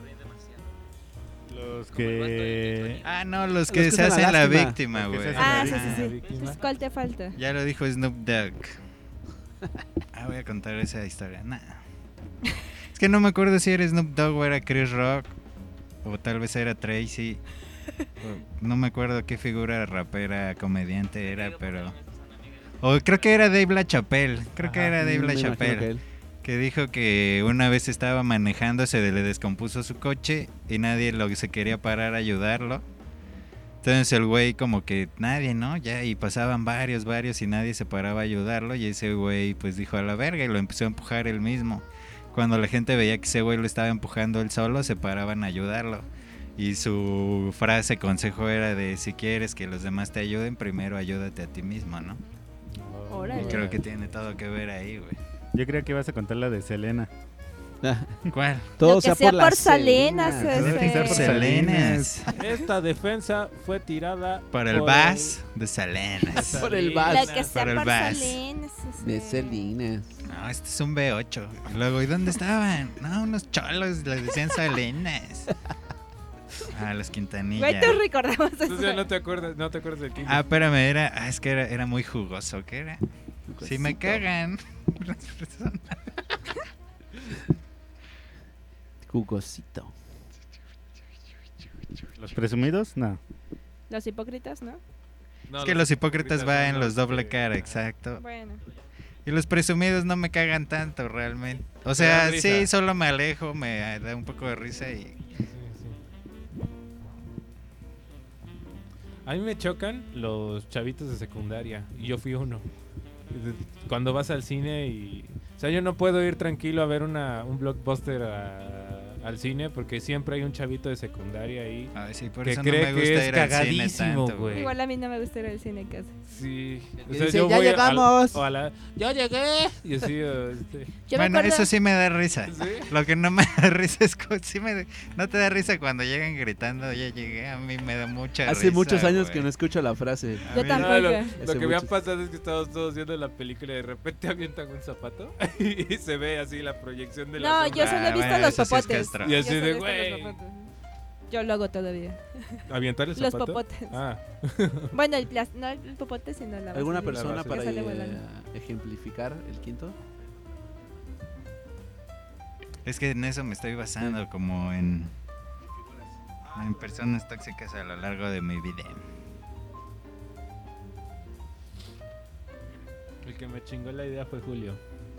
Los que... Ah, no, los que que se usan la hacen la lástima. víctima, Los que güey. se hacen Ah, la sí, sí, víctima. sí. víctima. Entonces, ¿cuál te falta? Ya lo dijo Snoop Dogg. Ah, voy a contar esa historia. Nah. Es que no me acuerdo si era Snoop Dogg o era Chris Rock. O tal vez era Tracy. O no me acuerdo qué figura rapera, comediante era, pero... O creo que era Dave LaChapelle. Creo que Ajá. era Dave Mm, me imagino LaChapelle. que él. Que dijo que una vez estaba manejando, se le descompuso su coche y nadie lo se quería parar a ayudarlo. Entonces el güey como que nadie, ¿no? Ya, y pasaban varios, varios y nadie se paraba a ayudarlo y ese güey pues dijo a la verga y lo empezó a empujar él mismo. Cuando la gente veía que ese güey lo estaba empujando él solo, se paraban a ayudarlo. Y su frase, consejo era de si quieres que los demás te ayuden, primero ayúdate a ti mismo, ¿no? Órale. Y creo que tiene todo que ver ahí, güey. Yo creía que ibas a contar la de Selena. Ah, ¿Cuál? todo Lo que sea, sea por, por las Salinas, Salinas. ese. Todo que sea por Salinas. Esta defensa fue tirada Por el por Bass de Salinas. Por el La Bass. que sea Para el por Bass. Salinas, ese. De Salinas. No, este es un B ocho. Y luego, ¿y dónde estaban? No, unos cholos, les decían Salinas. Ah, los Quintanilla. Güey, tú recordamos Entonces ya eso. no te acuerdas, no te acuerdas del King. Ah, espérame, era, ah, es que era, era muy jugoso, ¿qué era? Si me cagan. las personas. Jugosito. ¿Los presumidos? No. Los hipócritas, ¿no? No, Es que los hipócritas va en son los doble que- cara, exacto. Bueno. Y los presumidos no me cagan tanto, realmente. O Te sea, dan risa. sí, solo me alejo, me da un poco de risa y... Sí, sí. A mí me chocan los chavitos de secundaria. Y yo fui uno. Cuando vas al cine y... O sea, yo no puedo ir tranquilo a ver una, un blockbuster a- al cine porque siempre hay un chavito de secundaria ahí. Ay, sí, por Que eso no cree me que gusta es ir al cine cagadísimo, tanto, güey. Igual a mí no me gusta ir al cine casi. Sí. O Y sea, dice, yo "Ya voy al- llegamos". o a la, ¡ya llegué! Y así, o, este, Yo me Bueno, acuerdo... eso sí me da risa. ¿sí? Lo que no me da risa es cu- sí me, no te da risa cuando llegan gritando, ya llegué, a mí me da mucha risa. Hace muchos años güey. que no escucho la frase. A Yo mí- tampoco. No, lo, Hace lo que me ha muchos. pasado es que estamos todos viendo la película y de repente avientan un zapato y se ve así la proyección de la No, sombra. yo solo he Ah, visto bueno, los eso sí es popotes. castro. Y Yo así solo de, he visto los güey. popotes. Yo lo hago todavía. ¿Avientar el Los zapato? popotes. Ah, Bueno, el plas- no el popote, sino la ¿Alguna vaselina. persona base. para Que sale eh, volando. ejemplificar el quinto? Es que en eso me estoy basando, como en... En personas tóxicas a lo largo de mi vida. El que me chingó la idea fue Julio.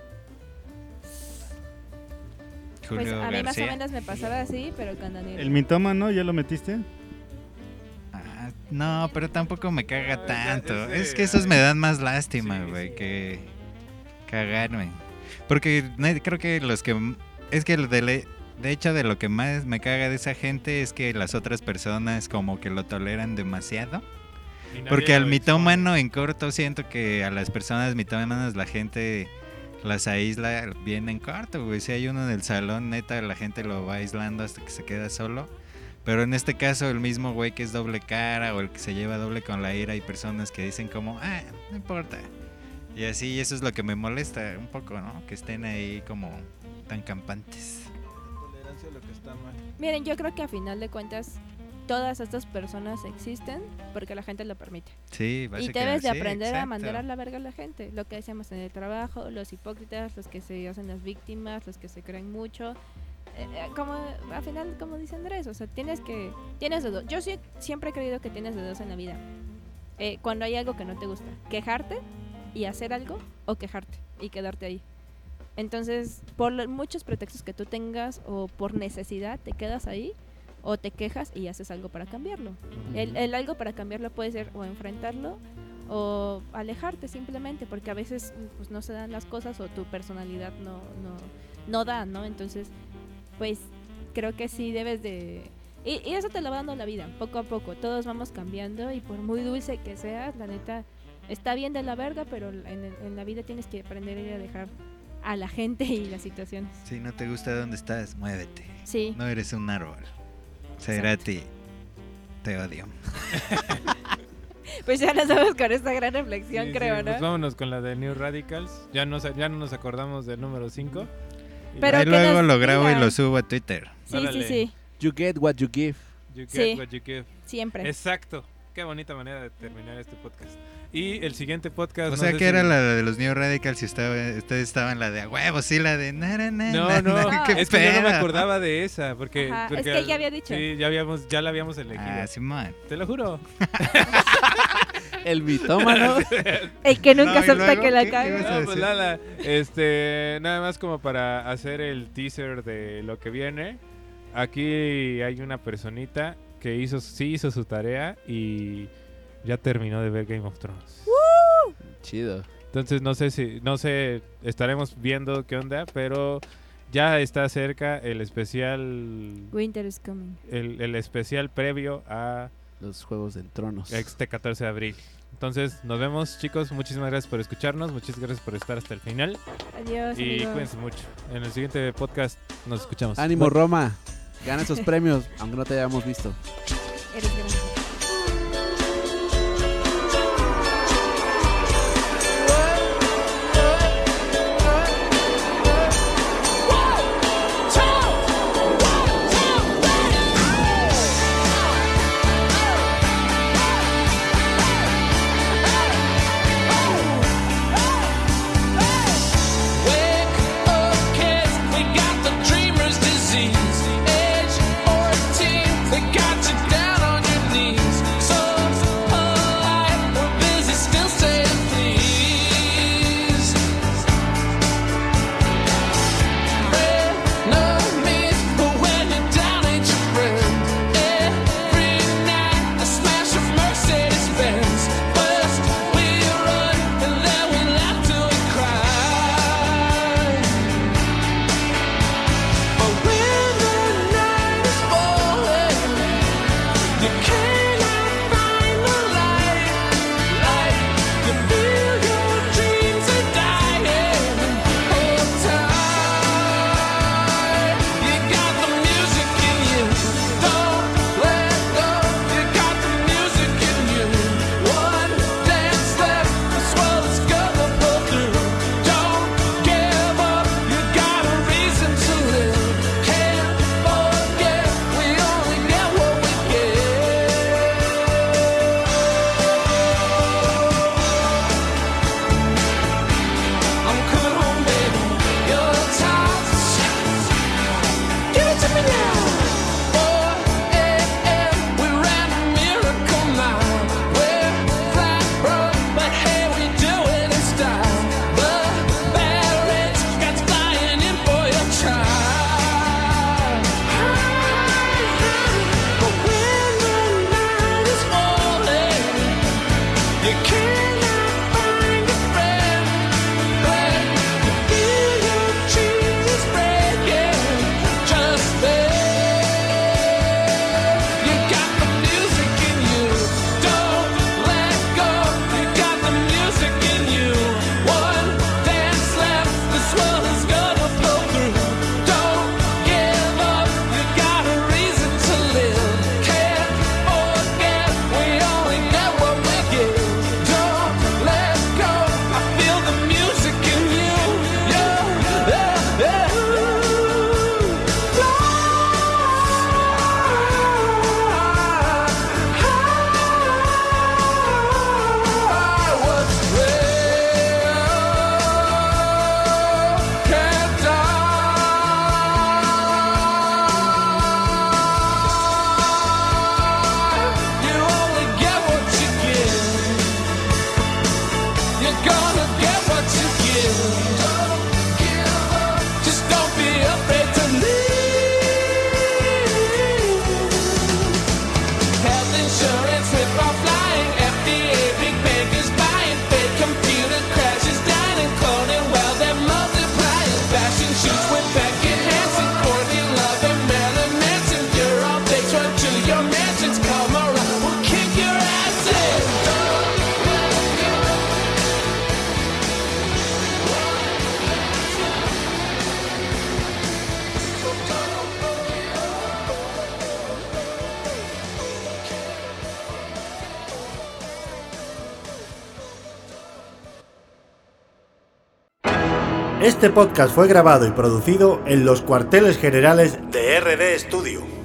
Julio Pues a mí más o García. menos me pasaba así, pero con Daniel. El mitómano, ¿ya lo metiste? Ah, no, pero tampoco me caga No, tanto. esa- ese- Es que esos me dan más lástima, Sí, güey, sí. que cagarme. Porque no, creo que los que... Es que de, le- de hecho de lo que más me caga de esa gente es que las otras personas como que lo toleran demasiado. Y nadie Porque al lo mitómano en corto siento que a las personas mitómanas la gente las aísla bien en corto, güey. Si hay uno en el salón, neta, la gente lo va aislando hasta que se queda solo. Pero en este caso el mismo güey que es doble cara o el que se lleva doble con la ira, hay personas que dicen como, ah, no importa. Y así, eso es lo que me molesta un poco, ¿no? Que estén ahí como tan campantes. Tolerancia a lo que está mal. Miren, yo creo que a final de cuentas todas estas personas existen porque la gente lo permite. Sí, Y básicamente. debes de sí, aprender a exacto. mandar a la verga a la gente. Lo que hacemos en el trabajo, los hipócritas, los que se hacen las víctimas, los que se creen mucho. Eh, eh, como al final, como dice Andrés, o sea, tienes que tienes de dos. Yo sí, siempre he creído que tienes de dos en la vida. Eh, cuando hay algo que no te gusta, quejarte y hacer algo, o quejarte y quedarte ahí. Entonces, por lo- muchos pretextos que tú tengas o por necesidad, te quedas ahí o te quejas y haces algo para cambiarlo. El, el algo para cambiarlo puede ser o enfrentarlo o alejarte simplemente, porque a veces pues, no se dan las cosas o tu personalidad no, no, no da, ¿no? Entonces, pues creo que sí debes de... Y, y eso te lo va dando la vida, poco a poco. Todos vamos cambiando y por muy dulce que seas, la neta, está bien de la verga, pero en, el- en la vida tienes que aprender a ir a dejar a la gente y las situaciones. Si no te gusta dónde estás, muévete. Sí. No eres un árbol. Cerati, te odio. Pues ya nos vamos con esta gran reflexión, Sí, creo, sí, ¿no? Pues vámonos con la de New Radicals. Ya no, sa- ya no nos acordamos del número cinco. Pero Ahí que luego nos lo grabo y digan. lo subo a Twitter. Sí, Órale. sí, sí, You get what you give. You get Sí. what you give. siempre. Exacto. Qué bonita manera de terminar este podcast. Y el siguiente podcast. O no sea sé que si- era la de los New Radicals y estaba, ustedes estaban la de a huevo, sí, la de na, na, na, No, na, no, na, qué es que yo no me pedo. acordaba de esa. Porque, Ajá, es porque que él ya había dicho. Sí, ya, habíamos, ya la habíamos elegido. Ah, Simón. Te lo juro. El mitómano. El que nunca No, ¿y acepta luego que la qué? ¿Qué caga. ibas a No, pues decir? nada, este, nada más como para hacer el teaser de lo que viene. Aquí hay una personita que hizo, sí hizo su tarea y ya terminó de ver Game of Thrones. Chido. Entonces no sé si, no sé, estaremos viendo qué onda, pero ya está cerca el especial, Winter is coming. el, el especial previo a Los Juegos del Tronos. este catorce de abril. Entonces nos vemos, chicos, muchísimas gracias por escucharnos, muchas gracias por estar hasta el final. Adiós, Y amigos. cuídense mucho. En el siguiente podcast nos escuchamos. Ánimo, Roma. Gana esos premios, aunque no te hayamos visto. Eres grande. Wake up, kids, we got the dreamer's disease. Age fourteen, we got you down. Este podcast fue grabado y producido en los cuarteles generales de R D Studio.